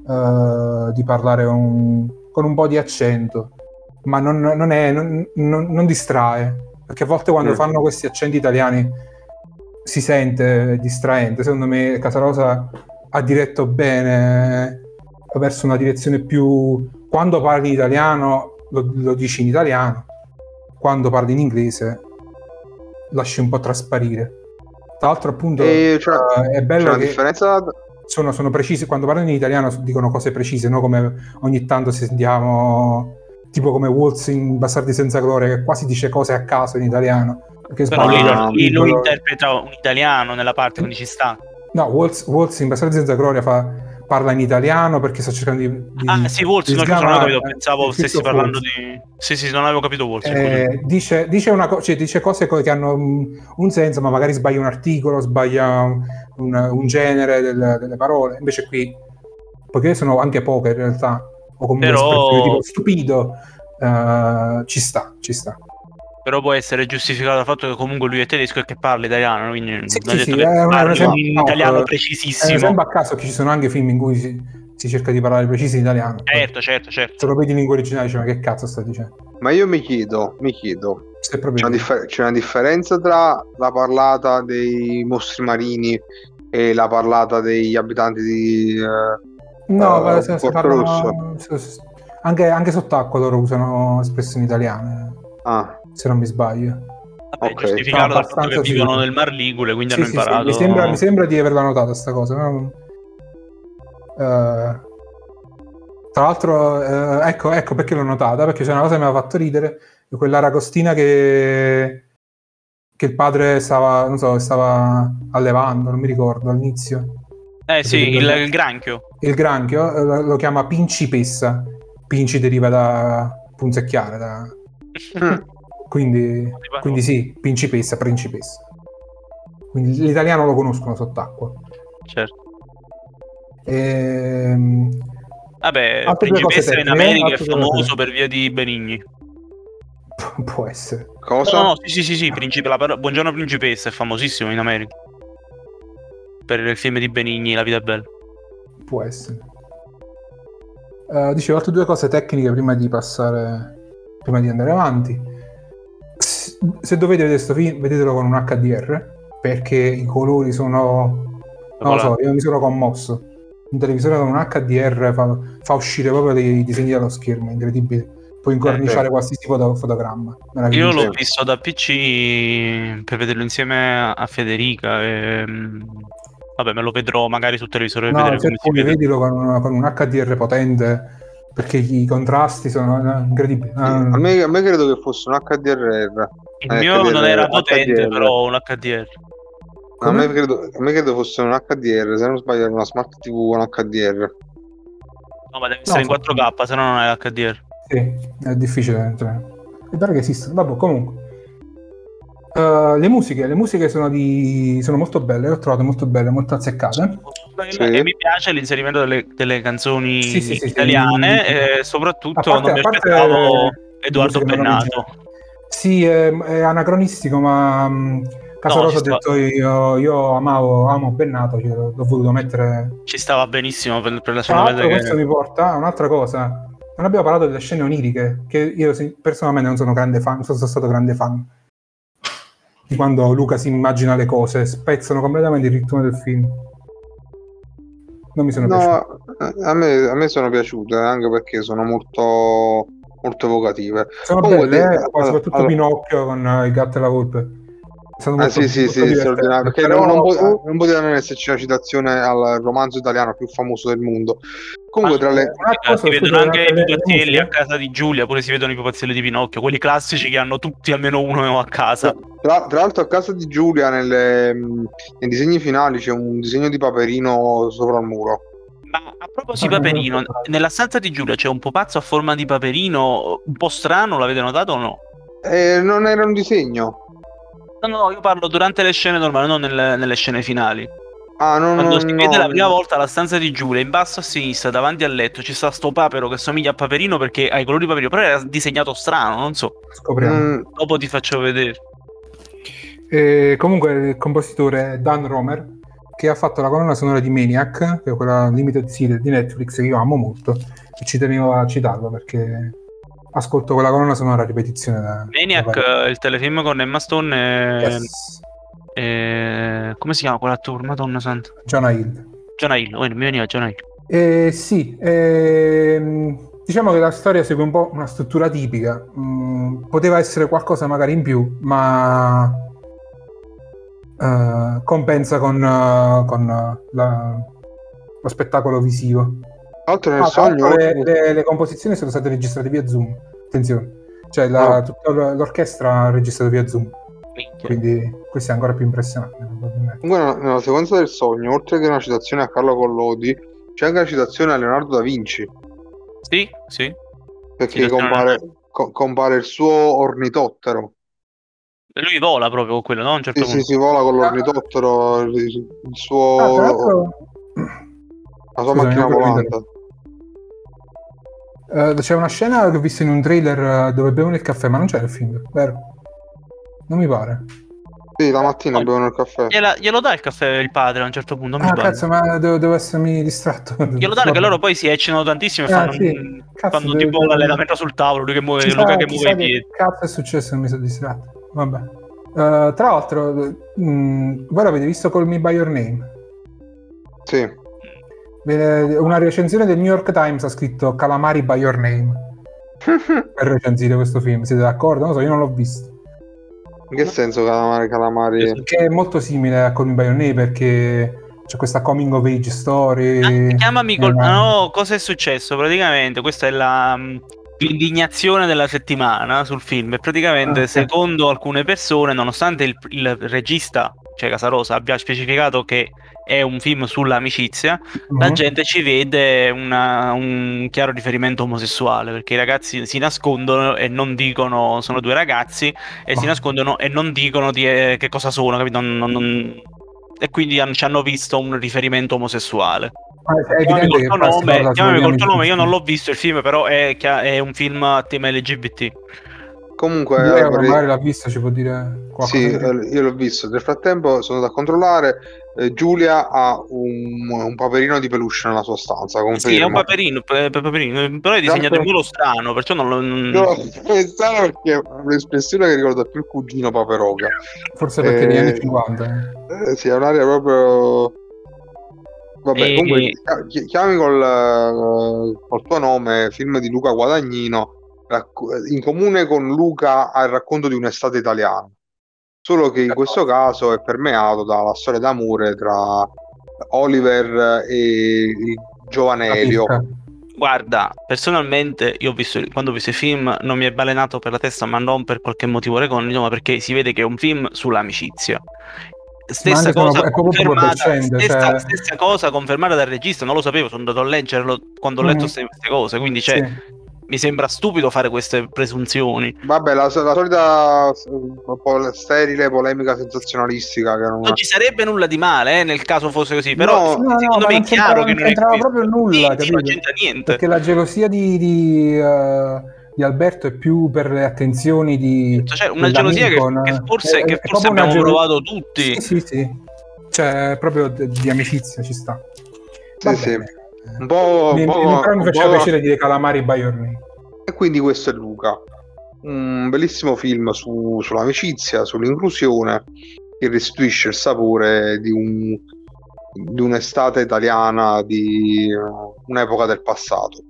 eh, di parlare un- con un po' di accento, ma non, non è, non, non- non distrae, perché a volte quando Mm. fanno questi accenti italiani si sente distraente. Secondo me Casarosa ha diretto bene verso una direzione più... Quando parli in italiano lo, lo dici in italiano, quando parli in inglese lasci un po' trasparire. Tra l'altro appunto E cioè, eh, è c'è bello una che differenza... sono, sono precisi, quando parlano in italiano dicono cose precise, no? Come ogni tanto sentiamo tipo come Waltz in Bastardi senza gloria, che quasi dice cose a caso in italiano, perché Però lui, sbaglia Ah, lui- lui l'articolo. interpreta un italiano nella parte, quindi ci sta. No, Waltz, Waltz in Bastardi senza gloria fa, parla in italiano perché sta cercando di, di Ah, sì, Wolz, di no, scusa, non avevo sgamare, capito, eh, pensavo il stessi Christoph parlando Waltz. di... Sì, sì, non avevo capito Wolz, scusa. Eh, dice, dice, una co- cioè, dice cose co- che hanno un, un senso, ma magari sbaglia un articolo, sbaglia un, un genere del- delle parole. Invece qui, poiché sono anche poche in realtà, o comunque Però- espressioni tipo stupido, eh, ci sta, ci sta. Però può essere giustificato dal fatto che comunque lui è tedesco e che parla italiano, quindi Sì, non è sì, detto sì, che è un- parli un esempio- in no, italiano eh, È precisissimo. un esempio a caso che ci sono anche film in cui si, si cerca di parlare preciso in italiano. Certo, certo, Se certo. lo vedi in lingua originale dici ma che cazzo sta dicendo? Ma io mi chiedo, mi chiedo, Se è c'è proprio una, vero. differ- c'è una differenza tra la parlata dei mostri marini e la parlata degli abitanti di... eh, No, eh, ma se, se Porto parlano, se- se- anche, anche sott'acqua loro usano espressioni italiane, Ah, se non mi sbaglio. Vabbè, Ok. giustificato No, dal fatto che abbastanza vivono sicuro. nel Mar Ligure, quindi Sì, hanno sì, sì, imparato. mi sembra, mi sembra di averla notata sta cosa. No? Eh, tra l'altro, eh, ecco, ecco perché l'ho notata, perché c'è una cosa che mi aveva fatto ridere, quella ragostina che, che il padre stava, non so, stava allevando, non mi ricordo, all'inizio. Eh sì, il, il granchio. Il granchio eh, lo, lo chiama pincipessa. Pinci deriva da punzecchiare, da... quindi, quindi sì, principessa, principessa. Quindi l'italiano lo conoscono sott'acqua. Certo. Ehm, Vabbè, altre due cose Principessa in tecniche, America è altre due famoso cose- per via di Benigni. Può essere. Cosa? No, no, sì, sì, sì, sì, Principe, la parola- Buongiorno Principessa è famosissimo in America. Per il film di Benigni, La vita è bella. Può essere. Eh, dicevo altre due cose tecniche prima di passare, prima di andare avanti. S- Se dovete vedere questo film, vedetelo con un H D R, perché i colori sono... Non lo so, io mi sono commosso. Un televisore con un H D R fa, fa uscire proprio dei disegni dallo schermo, incredibile. Puoi incorniciare Eh, qualsiasi foto- fotogramma. Io Meraviglioso. l'ho visto da P C per vederlo insieme a- a Federica. E... mm, Vabbè, me lo vedrò magari sul televisore per No, vedere se come si puoi vede. vedilo con, un- con un H D R potente, perché i contrasti sono eh, incredibili. sì, a, me, a me credo che fosse un H D R. Il mio non era potente, H D R. però un H D R. No, a, me Come? credo, a me credo fosse un H D R, se non sbaglio era una smart T V con H D R. No, ma deve No, essere in so- quattro K, se no non è l'H D R. Sì, è difficile. Cioè. È vero che esistono. Vabbè, comunque. Uh, le musiche, le musiche sono, di... sono molto belle, le ho trovate molto belle, molto azzeccate. Sì. E mi piace l'inserimento delle, delle canzoni Sì, sì, sì, italiane sì. e soprattutto A parte- non mi a parte aspettavo le Edoardo musiche non Bennato. originali. Sì, è, è anacronistico, ma mh, Casarosa No, ha ci sta- detto io, io amavo, amo Bennato, cioè, l'ho voluto mettere. Ci stava benissimo per, per la sua Tra novella l'altro questo che... mi porta a un'altra cosa. Non abbiamo parlato delle scene oniriche, che io sì, personalmente non sono grande fan, non sono stato grande fan. Di quando Luca si immagina le cose, spezzano completamente il ritmo del film. Non mi sono piaciuti. No, a me, a me sono piaciute anche perché sono molto, molto evocative. Sono Comunque, belle, di- eh, poi allora- soprattutto allora- Pinocchio con eh, il gatto e la volpe. Sono Ah, molto, sì, sì, molto sì, divertenti, straordinario, perché però, non, non, po- oh, non poteva non esserci una citazione al romanzo italiano più famoso del mondo. Comunque, tra Ma- le... una cosa, si vedono scusa, anche le- i le pupazzelli a musiche? casa di Giulia, pure si vedono i pupazzelli di Pinocchio, quelli classici che hanno tutti almeno uno a casa. Tra, tra l'altro a casa di Giulia nelle, mh, nei disegni finali c'è un disegno di Paperino sopra il muro. Ma a proposito di Paperino, nella stanza di Giulia c'è un pupazzo a forma di Paperino un po' strano, l'avete notato o no? Eh, non era un disegno. No, no, no, io parlo durante le scene normali, non nelle, nelle scene finali. Ah, no, Quando no, si no. vede la prima volta la stanza di Giulia, in basso a sinistra, davanti al letto, ci sta sto papero che somiglia a Paperino perché ha i colori di Paperino, però era disegnato strano, non so. Scopriamo. Mm, Dopo ti faccio vedere. E comunque il compositore è Dan Romer, che ha fatto la colonna sonora di Maniac, che è quella limited series di Netflix che io amo molto, e ci tenevo a citarlo perché ascolto quella colonna sonora a ripetizione da, Maniac, da eh, il telefilm con Emma Stone e... yes. e- come si chiama quell'attore? Madonna santa. Jonah Hill. Jonah Hill, oh, mi veniva Jonah Hill. Eh, sì, ehm, diciamo che la storia segue un po' una struttura tipica. Mm, poteva essere qualcosa magari in più, ma eh, compensa con, eh, con eh, la- lo spettacolo visivo. Tra l'altro nel Ah, tra sogno... l'altro le, le- le composizioni sono state registrate via Zoom. Attenzione, cioè la- Ah. tutta l- l'orchestra ha registrato via Zoom, Minchia. quindi questo è ancora più impressionante. probabilmente. Comunque nella- nella sequenza del sogno, oltre che una citazione a Carlo Collodi, c'è anche la citazione a Leonardo da Vinci, Sì, sì. perché Citazione compare, co- compare il suo ornitottero. E lui vola proprio con quello, no? A un certo Sì, sì, punto. si vola con l'ornitottero, il, il suo... Ah, tra l'altro, la sua scusami, macchina non volevo volante. Eh, c'è una scena che ho visto in un trailer eh, dove bevono il caffè, ma non c'è il film, vero? Non mi pare. Sì, la mattina Oh, bevono il caffè. Gliela- glielo dà il caffè il padre a un certo punto, non mi Ah, sbaglio. cazzo, ma devo, devo essermi distratto. Glielo dà perché loro poi si eccitano tantissimo e Ah, fanno, sì. Cazzo, fanno deve- tipo deve- l'allenamento sul tavolo, lui che muove, Chissà- Luca che chissà muove i che piedi. cazzo è successo, mi sono distratto. Vabbè. Eh, tra l'altro, mh, voi l'avete visto Call Me By Your Name? Sì. Bene, una recensione del New York Times ha scritto Calamari By Your Name per recensire questo film. Siete d'accordo? Non lo so, io non l'ho visto. In che senso calamari, calamari? Che è molto simile a Call Me By Your Name perché c'è questa coming of age story. Ah, chiamami Eh, col... ma- No, cosa è successo? Praticamente questa è la mh, l'indignazione della settimana sul film. E praticamente, Ah, sì. secondo alcune persone, nonostante il, il regista, cioè Casarosa, abbia specificato che è un film sull'amicizia, la Mhm. gente ci vede una- un chiaro riferimento omosessuale, perché i ragazzi si nascondono e non dicono sono due ragazzi e si Oh. nascondono e non dicono di, eh, che cosa sono, capito? Non- non- non- E quindi han- ci hanno visto un riferimento omosessuale. è chiamami evidente col che tuo qua si parla nome, solo chiamami di col tuo nome, io amicizia. non l'ho visto il film, però è, che- è un film a tema L G B T. Comunque Leo vorrei- magari l'ha visto, ci può dire qualcosa sì, in più. eh, io l'ho visto. Nel frattempo sono andato a controllare. eh, Giulia ha un, un paperino di peluche nella sua stanza, Sì, è un confermo. paperino, pe- pe- paperino, però è disegnato in Tanto- modo strano, perciò non lo... non- No, è strano perché ha un'espressione che ricorda più il cugino Paperoga. Forse perché negli Eh, anni cinquanta. eh, sì, è un'aria proprio. Vabbè, E- comunque chi- chiami col, eh, col tuo nome, film di Luca Guadagnino, racco- in comune con Luca ha il racconto di un'estate italiana. Solo che in questo caso è permeato dalla storia d'amore tra Oliver e il giovane Elio. Guarda, personalmente io ho visto, quando ho visto il film non mi è balenato per la testa, ma non per qualche motivo recondito, ma perché si vede che è un film sull'amicizia. Ma Stessa anche sono- cosa è proprio confermata, pubescente, stessa, cioè- stessa cosa confermata dal regista, non lo sapevo, sono andato a leggerlo quando ho letto Mhm. queste queste cose, quindi cioè, Sì. mi sembra stupido fare queste presunzioni. Vabbè, la, la solita eh, un po' sterile polemica sensazionalistica che non... Non ci sarebbe nulla di male, eh, nel caso fosse così, però No, No, no, secondo ma me è non chiaro c'entrava, che non non è c'entrava questo. proprio nulla, Sì, sì, non capito? c'entra niente. Perché la gelosia di, di, eh, di Alberto è più per le attenzioni di Cioè, una gelosia che, dell'amico, che no? forse, È- che è forse proprio una abbiamo gelo- provato tutti. Sì, sì, sì. Cioè, proprio d- di amicizia ci sta. Sì, Va sì. bene. Un po', Mi, un po', mi- però mi un faceva po'- piacere dire calamari by your name. E quindi questo è Luca, un bellissimo film su- sull'amicizia, sull'inclusione, che restituisce il sapore di, un, di un'estate italiana di eh, un'epoca del passato.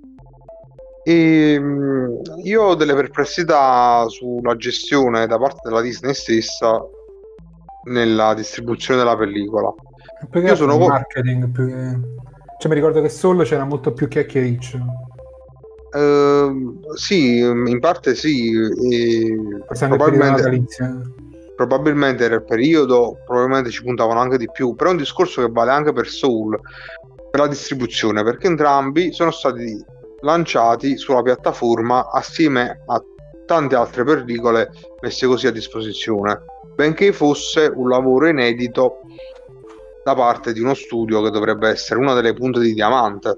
E mh, io ho delle perplessità sulla gestione da parte della Disney stessa nella distribuzione della pellicola. Più che Io altro sono il co- marketing più che... Cioè, mi ricordo che solo c'era molto più chiacchiericcio. Ehm, sì, in parte sì, e Forse anche il periodo probabilmente, natalizio. probabilmente era il periodo, probabilmente ci puntavano anche di più, però è un discorso che vale anche per Soul, per la distribuzione, perché entrambi sono stati lanciati sulla piattaforma assieme a tante altre pellicole messe così a disposizione, benché fosse un lavoro inedito da parte di uno studio che dovrebbe essere una delle punte di diamante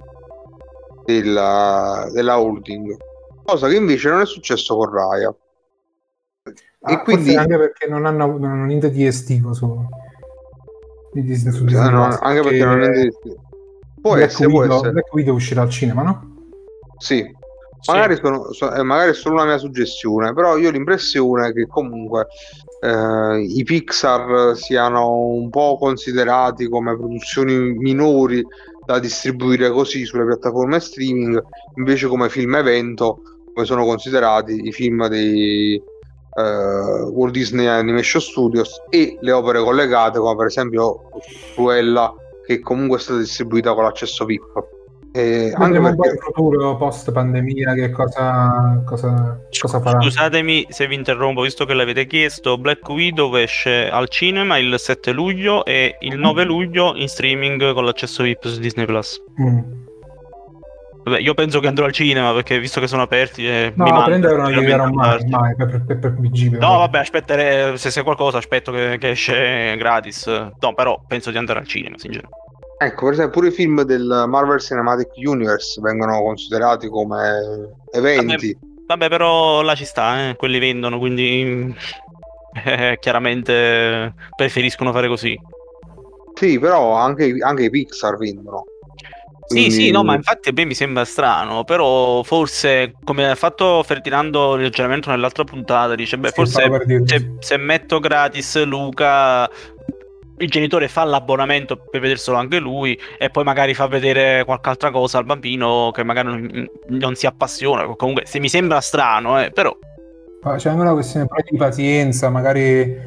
della, della holding, cosa che invece non è successo con Raya. Ah, E quindi forse anche perché non hanno, non hanno niente di estivo su, di Disney, su eh, Disney no, Plus, anche perché non è può Black essere, può Widow, essere. Black Widow uscirà al cinema, no? Sì, magari, sono, so- eh, magari è solo una mia suggestione, però io ho l'impressione che comunque eh, i Pixar siano un po' considerati come produzioni minori da distribuire così sulle piattaforme streaming, invece come film evento, come sono considerati i film dei eh, Walt Disney Animation Studios e le opere collegate, come per esempio Cruella, che comunque è stata distribuita con l'accesso V I P. Eh, anche Vedremo un po' perché in futuro, post pandemia, che cosa, cosa, cosa farà. Scusatemi se vi interrompo, visto che l'avete chiesto, Black Widow esce al cinema il sette luglio e il nove luglio in streaming con l'accesso V I P su Disney Plus. Mm. Vabbè, io penso che andrò al cinema perché visto che sono aperti eh, mi No, manda trenta euro non gli darò mai, andarci. mai per, per, per, per B G. No, vabbè, aspetterei, se c'è qualcosa aspetto che, che esce gratis. No, però penso di andare al cinema, sinceramente. ecco, per esempio pure i film del Marvel Cinematic Universe vengono considerati come eventi. Vabbè, però là ci sta, eh, quelli vendono, quindi eh, chiaramente preferiscono fare così. Sì, però anche, anche i Pixar vendono. Sì, Quindi- sì, no, ma infatti a me mi sembra strano, però forse, come ha fatto Ferdinando il ragionamento nell'altra puntata, dice, beh, Sì, forse stavo per dirlo, se, sì. se metto gratis Luca, il genitore fa l'abbonamento per vederselo anche lui e poi magari fa vedere qualche altra cosa al bambino che magari non, non si appassiona, comunque se mi sembra strano, eh, però... C'è anche una questione poi di pazienza, magari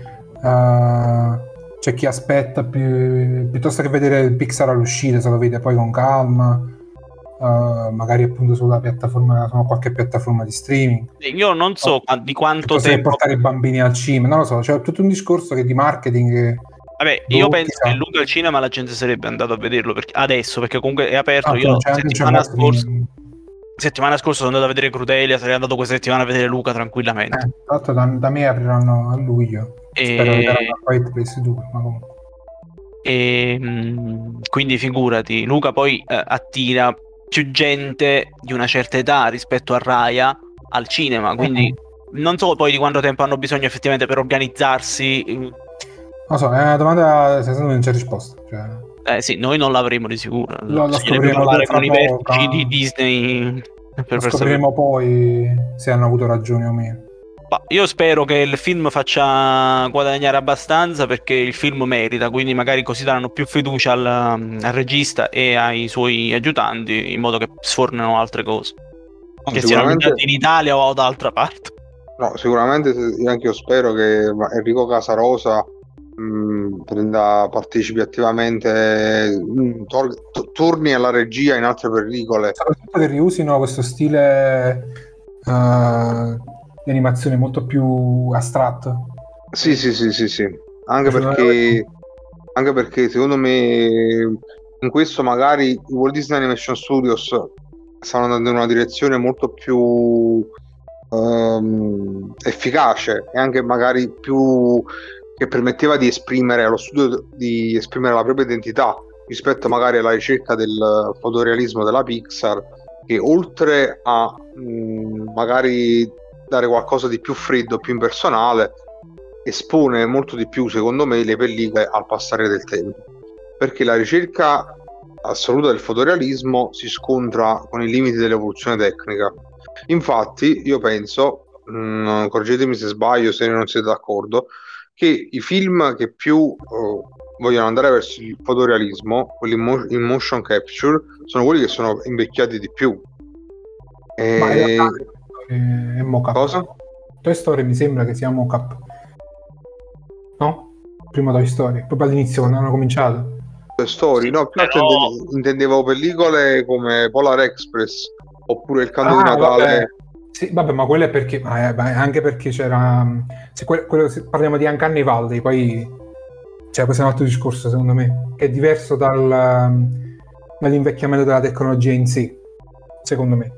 eh, c'è chi aspetta più, piuttosto che vedere il Pixar all'uscita, se lo vede poi con calma, eh, magari appunto sulla piattaforma, su qualche piattaforma di streaming. Io non so qua- di quanto Piuttosto che tempo... portare i bambini al cinema, non lo so, c'è tutto un discorso che di marketing che, Vabbè, io boh, penso chissà. che Luca al cinema la gente sarebbe andata a vederlo perché adesso, perché comunque è aperto. Ah, Io c'è anche un settimana certo scorsa, streaming. settimana scorsa sono andato a vedere Crudelia, sarei andato questa settimana a vedere Luca tranquillamente. Eh, tra l'altro da, da me apriranno a luglio. E- Spero che daranno a Quiet Place due, ma comunque. E mh, quindi figurati, Luca poi eh, attira più gente di una certa età rispetto a Raya al cinema, quindi non so poi di quanto tempo hanno bisogno effettivamente per organizzarsi. Non lo so, è una domanda secondo me non c'è risposta. Cioè, Eh sì, noi non l'avremo di sicuro. lo, lo Bisognerebbe scopriremo parlare fra con i poco. vertici di Disney per, Lo per sapere. scopriremo poi se hanno avuto ragione o meno. Ma io spero che il film faccia guadagnare abbastanza, perché il film merita, quindi magari così daranno più fiducia al, al regista e ai suoi aiutanti, in modo che sfornino altre cose, No, che siano sicuramente, ambientate in Italia o da altra parte. no, sicuramente se- anche io spero che Enrico Casarosa mh, prenda, partecipi attivamente, mh, tor- t- torni alla regia in altre pellicole. Soprattutto che riusino questo stile eh, di animazione molto più astratto. Sì, sì, sì, sì, sì. Anche Secondo me- perché, anche perché secondo me in questo magari i Walt Disney Animation Studios stanno andando in una direzione molto più ehm, efficace e anche magari più che permetteva di esprimere allo studio di esprimere la propria identità rispetto magari alla ricerca del fotorealismo della Pixar, che oltre a mh, magari dare qualcosa di più freddo, più impersonale, espone molto di più, secondo me, le pellicole al passare del tempo, perché la ricerca assoluta del fotorealismo si scontra con i limiti dell'evoluzione tecnica. Infatti io penso, mh, correggetemi se sbaglio, se non siete d'accordo, che i film che più eh, vogliono andare verso il fotorealismo, quelli in, mo- in motion capture, sono quelli che sono invecchiati di più. Ma in E... realtà è, è mock-up. Cosa? Toy Story mi sembra che sia mock-up. No? Prima Toy Story, proprio all'inizio quando hanno cominciato. Toy Story, Sì, no, più altro però- intendevo, intendevo pellicole come Polar Express oppure Il Canto di Ah, Natale. vabbè. Sì, vabbè, ma quello è perché, ma è- ma è anche perché c'era, se, que- quello- se parliamo di Uncanny Valley, poi, cioè, questo è un altro discorso secondo me, che è diverso dal, dall'invecchiamento della tecnologia in sé, secondo me.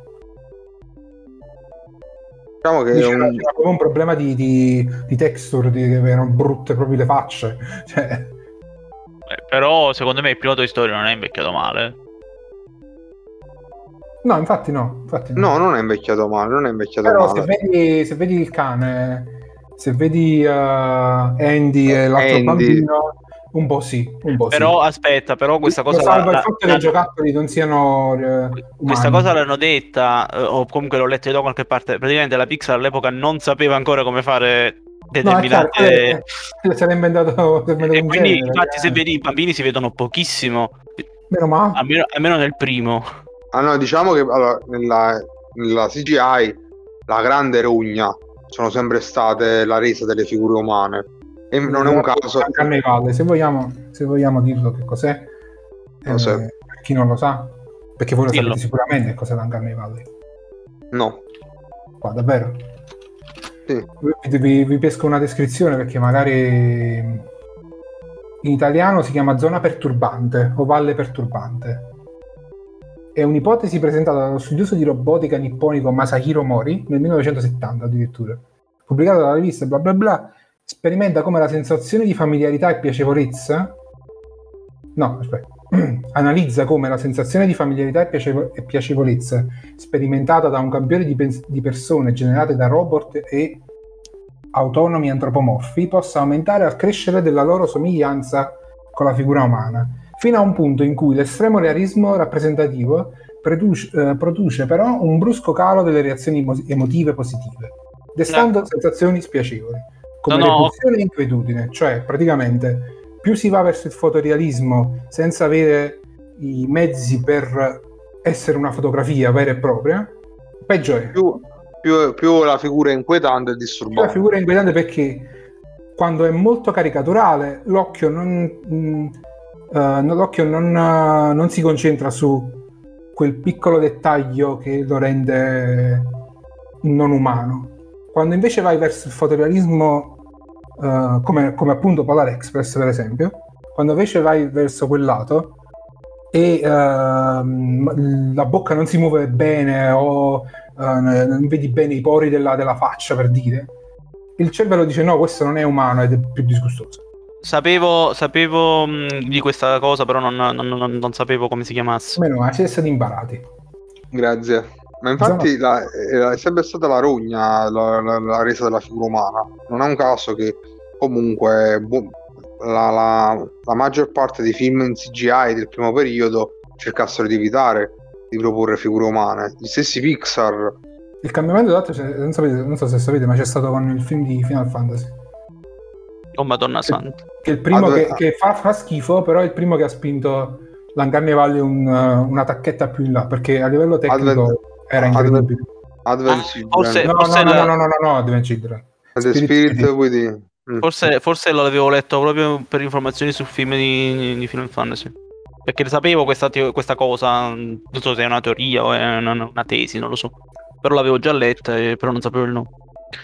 Diciamo che Lì è c'era, un... c'era proprio un problema di, di, di texture, di, che erano brutte proprio le facce, cioè, eh, però secondo me il primo Toy Story non è invecchiato male. no, infatti no, infatti No, non è invecchiato male, non è invecchiato Però se male. vedi, se vedi il cane, se vedi uh, Andy e l'altro Andy. bambino, un po' sì, un po' Però sì. aspetta, però questa Lo cosa salva la- il la- fatto che la- i giocattoli non siano eh, questa umani. cosa l'hanno detta, eh, o comunque l'ho letta da qualche parte. Praticamente la Pixar all'epoca non sapeva ancora come fare No, è chiaro, determinate. eh, si era inventato, si era inventato E un quindi, genere. infatti, se eh. vedi i bambini si vedono pochissimo, Meno male. almeno, almeno nel primo. Ah no, diciamo che allora, nella, nella C G I la grande rogna sono sempre state la resa delle figure umane. E non è un caso. Uncanny Valley, se vogliamo, se vogliamo dirlo che cos'è, Lo eh, so. per chi non lo sa, perché voi lo Dillo. sapete sicuramente cos'è l'Uncanny Valley. No. Qua, davvero? Sì. Vi, vi, vi pesco una descrizione perché magari in italiano si chiama zona perturbante o valle perturbante. È un'ipotesi presentata dallo studioso di robotica nipponico Masahiro Mori nel millenovecentosettanta addirittura. Pubblicata dalla rivista bla bla bla, sperimenta come la sensazione di familiarità e piacevolezza no, aspetta. Analizza come la sensazione di familiarità e, piacevo- e piacevolezza sperimentata da un campione di, pens- di persone generate da robot e autonomi antropomorfi possa aumentare al crescere della loro somiglianza con la figura umana, fino a un punto in cui l'estremo realismo rappresentativo produce, eh, produce però un brusco calo delle reazioni emo- emotive positive, destando No. sensazioni spiacevoli, come No, no. repulsione e inquietudine, cioè praticamente più si va verso il fotorealismo senza avere i mezzi per essere una fotografia vera e propria, peggio è. Più, più, più la figura è inquietante e La disturbante. figura è inquietante perché quando è molto caricaturale l'occhio non, mh, uh, l'occhio non, uh, non si concentra su quel piccolo dettaglio che lo rende non umano. Quando invece vai verso il fotorealismo uh, come, come appunto Polar Express per esempio, quando invece vai verso quel lato e uh, la bocca non si muove bene o uh, non vedi bene i pori della, della faccia per dire, il cervello dice no, questo non è umano ed è più disgustoso. Sapevo, sapevo mh, di questa cosa, però non, non- non- non sapevo come si chiamasse. Meno male, siete stati imbarati. Grazie. Ma infatti la- è sempre stata la rogna la, la- la resa della figura umana. Non è un caso che comunque boh, la, la- la maggior parte dei film in C G I del primo periodo cercassero di evitare di proporre figure umane. Gli stessi Pixar. Il cambiamento dato, non, sapete, non so se sapete, ma c'è stato con il film di Final Fantasy. Oh Madonna Santa. Che è il primo Adve- che, che fa, fa schifo, però è il primo che ha spinto l'Uncanny Valley un, una tacchetta più in là, perché a livello tecnico Advent- era Advent- incredibile. Advent Ah, Children. forse- No, no, no, no, no, no, no, no, Advent Children. The Spirit Spirit Within. Within. Mm. Forse, forse l'avevo letto proprio per informazioni sul film di, di Final Fantasy. Perché sapevo questa, teo- questa cosa, non so se è una teoria o è una, una tesi, non lo so. Però l'avevo già letta, e però non sapevo il nome.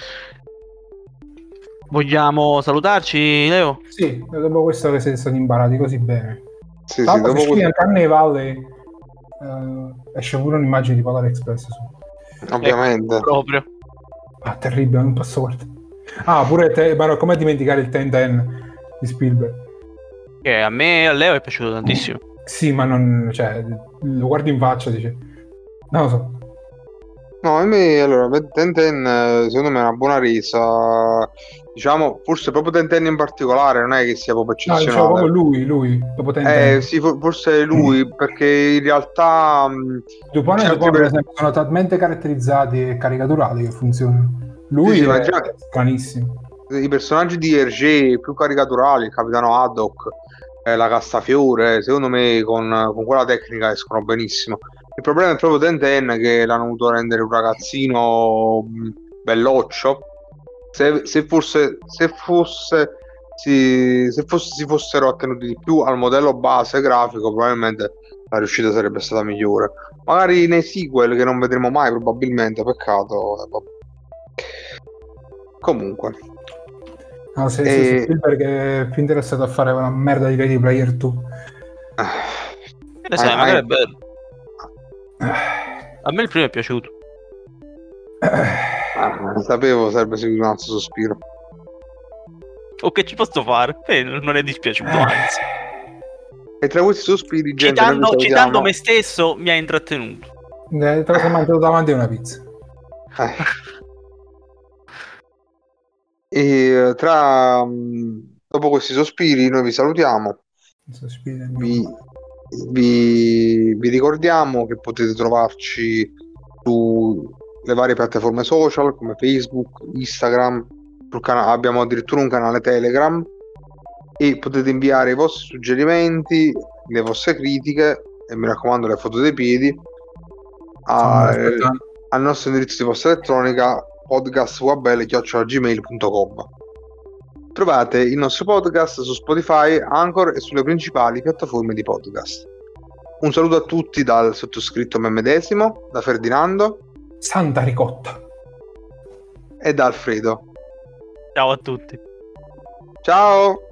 Vogliamo salutarci, Leo? Sì, dopo questo che siete stati imbarati così bene. Sì, Tra sì, l'altro, dopo se scrivi questo- Uncanny Valley eh, esce pure un'immagine di Polar Express su. ovviamente. Ecco, proprio. Ah, terribile, non posso guardare. Ah, pure te, ma no, come dimenticare il ten ten di Spielberg? Che a me e a Leo è piaciuto tantissimo. Sì, ma non, cioè, lo guardi in faccia, dice. Non lo so. No, a me allora Ten Ten eh, secondo me è una buona resa. Diciamo, forse proprio Ten Ten in particolare non è che sia proprio No, dicevo eccezionale. proprio lui, lui, dopo ten Eh ten. sì, for- forse è lui, perché in realtà mh, Dupont e c'è Dupont, altri per per- esempio, sono talmente caratterizzati e caricaturali che funzionano. Lui Sì, sì, ma è già- stranissimo. i personaggi di Hergé più caricaturali, il capitano Haddock, eh, la Castafiore, secondo me con, con quella tecnica escono benissimo. Il problema è proprio Ten Ten che l'hanno voluto rendere un ragazzino mh, belloccio. Se, se fosse, se fosse si, se fosse, si fossero attenuti di più al modello base grafico, probabilmente la riuscita sarebbe stata migliore. Magari nei sequel che non vedremo mai, probabilmente. Peccato. eh, vabbè. Comunque. No, se, se E- Spielberg è più interessato a fare una merda di Ready Player due. Che ne sai, Ah, magari ah, è bello. A me il primo è piaciuto. ah, sapevo sarebbe seguito un altro sospiro. O che ci posso fare? Eh, non è dispiaciuto, anzi. E tra questi sospiri, gente, noi vi Citando, salutiamo. citando me stesso mi ha intrattenuto. Eh, te lo sei mangiato davanti a una pizza. Eh. E tra mh, dopo questi sospiri noi vi salutiamo. Sospiro del mio Vi, cuore. vi, vi ricordiamo che potete trovarci sulle varie piattaforme social come Facebook, Instagram, sul cana- abbiamo addirittura un canale Telegram e potete inviare i vostri suggerimenti, le vostre critiche e mi raccomando le foto dei piedi a- Aspetta. al nostro indirizzo di posta elettronica podcastwabelle chiocciola gmail punto com. Trovate il nostro podcast su Spotify, Anchor e sulle principali piattaforme di podcast. Un saluto a tutti dal sottoscritto me medesimo, da Ferdinando Santa ricotta. e da Alfredo. Ciao a tutti. Ciao!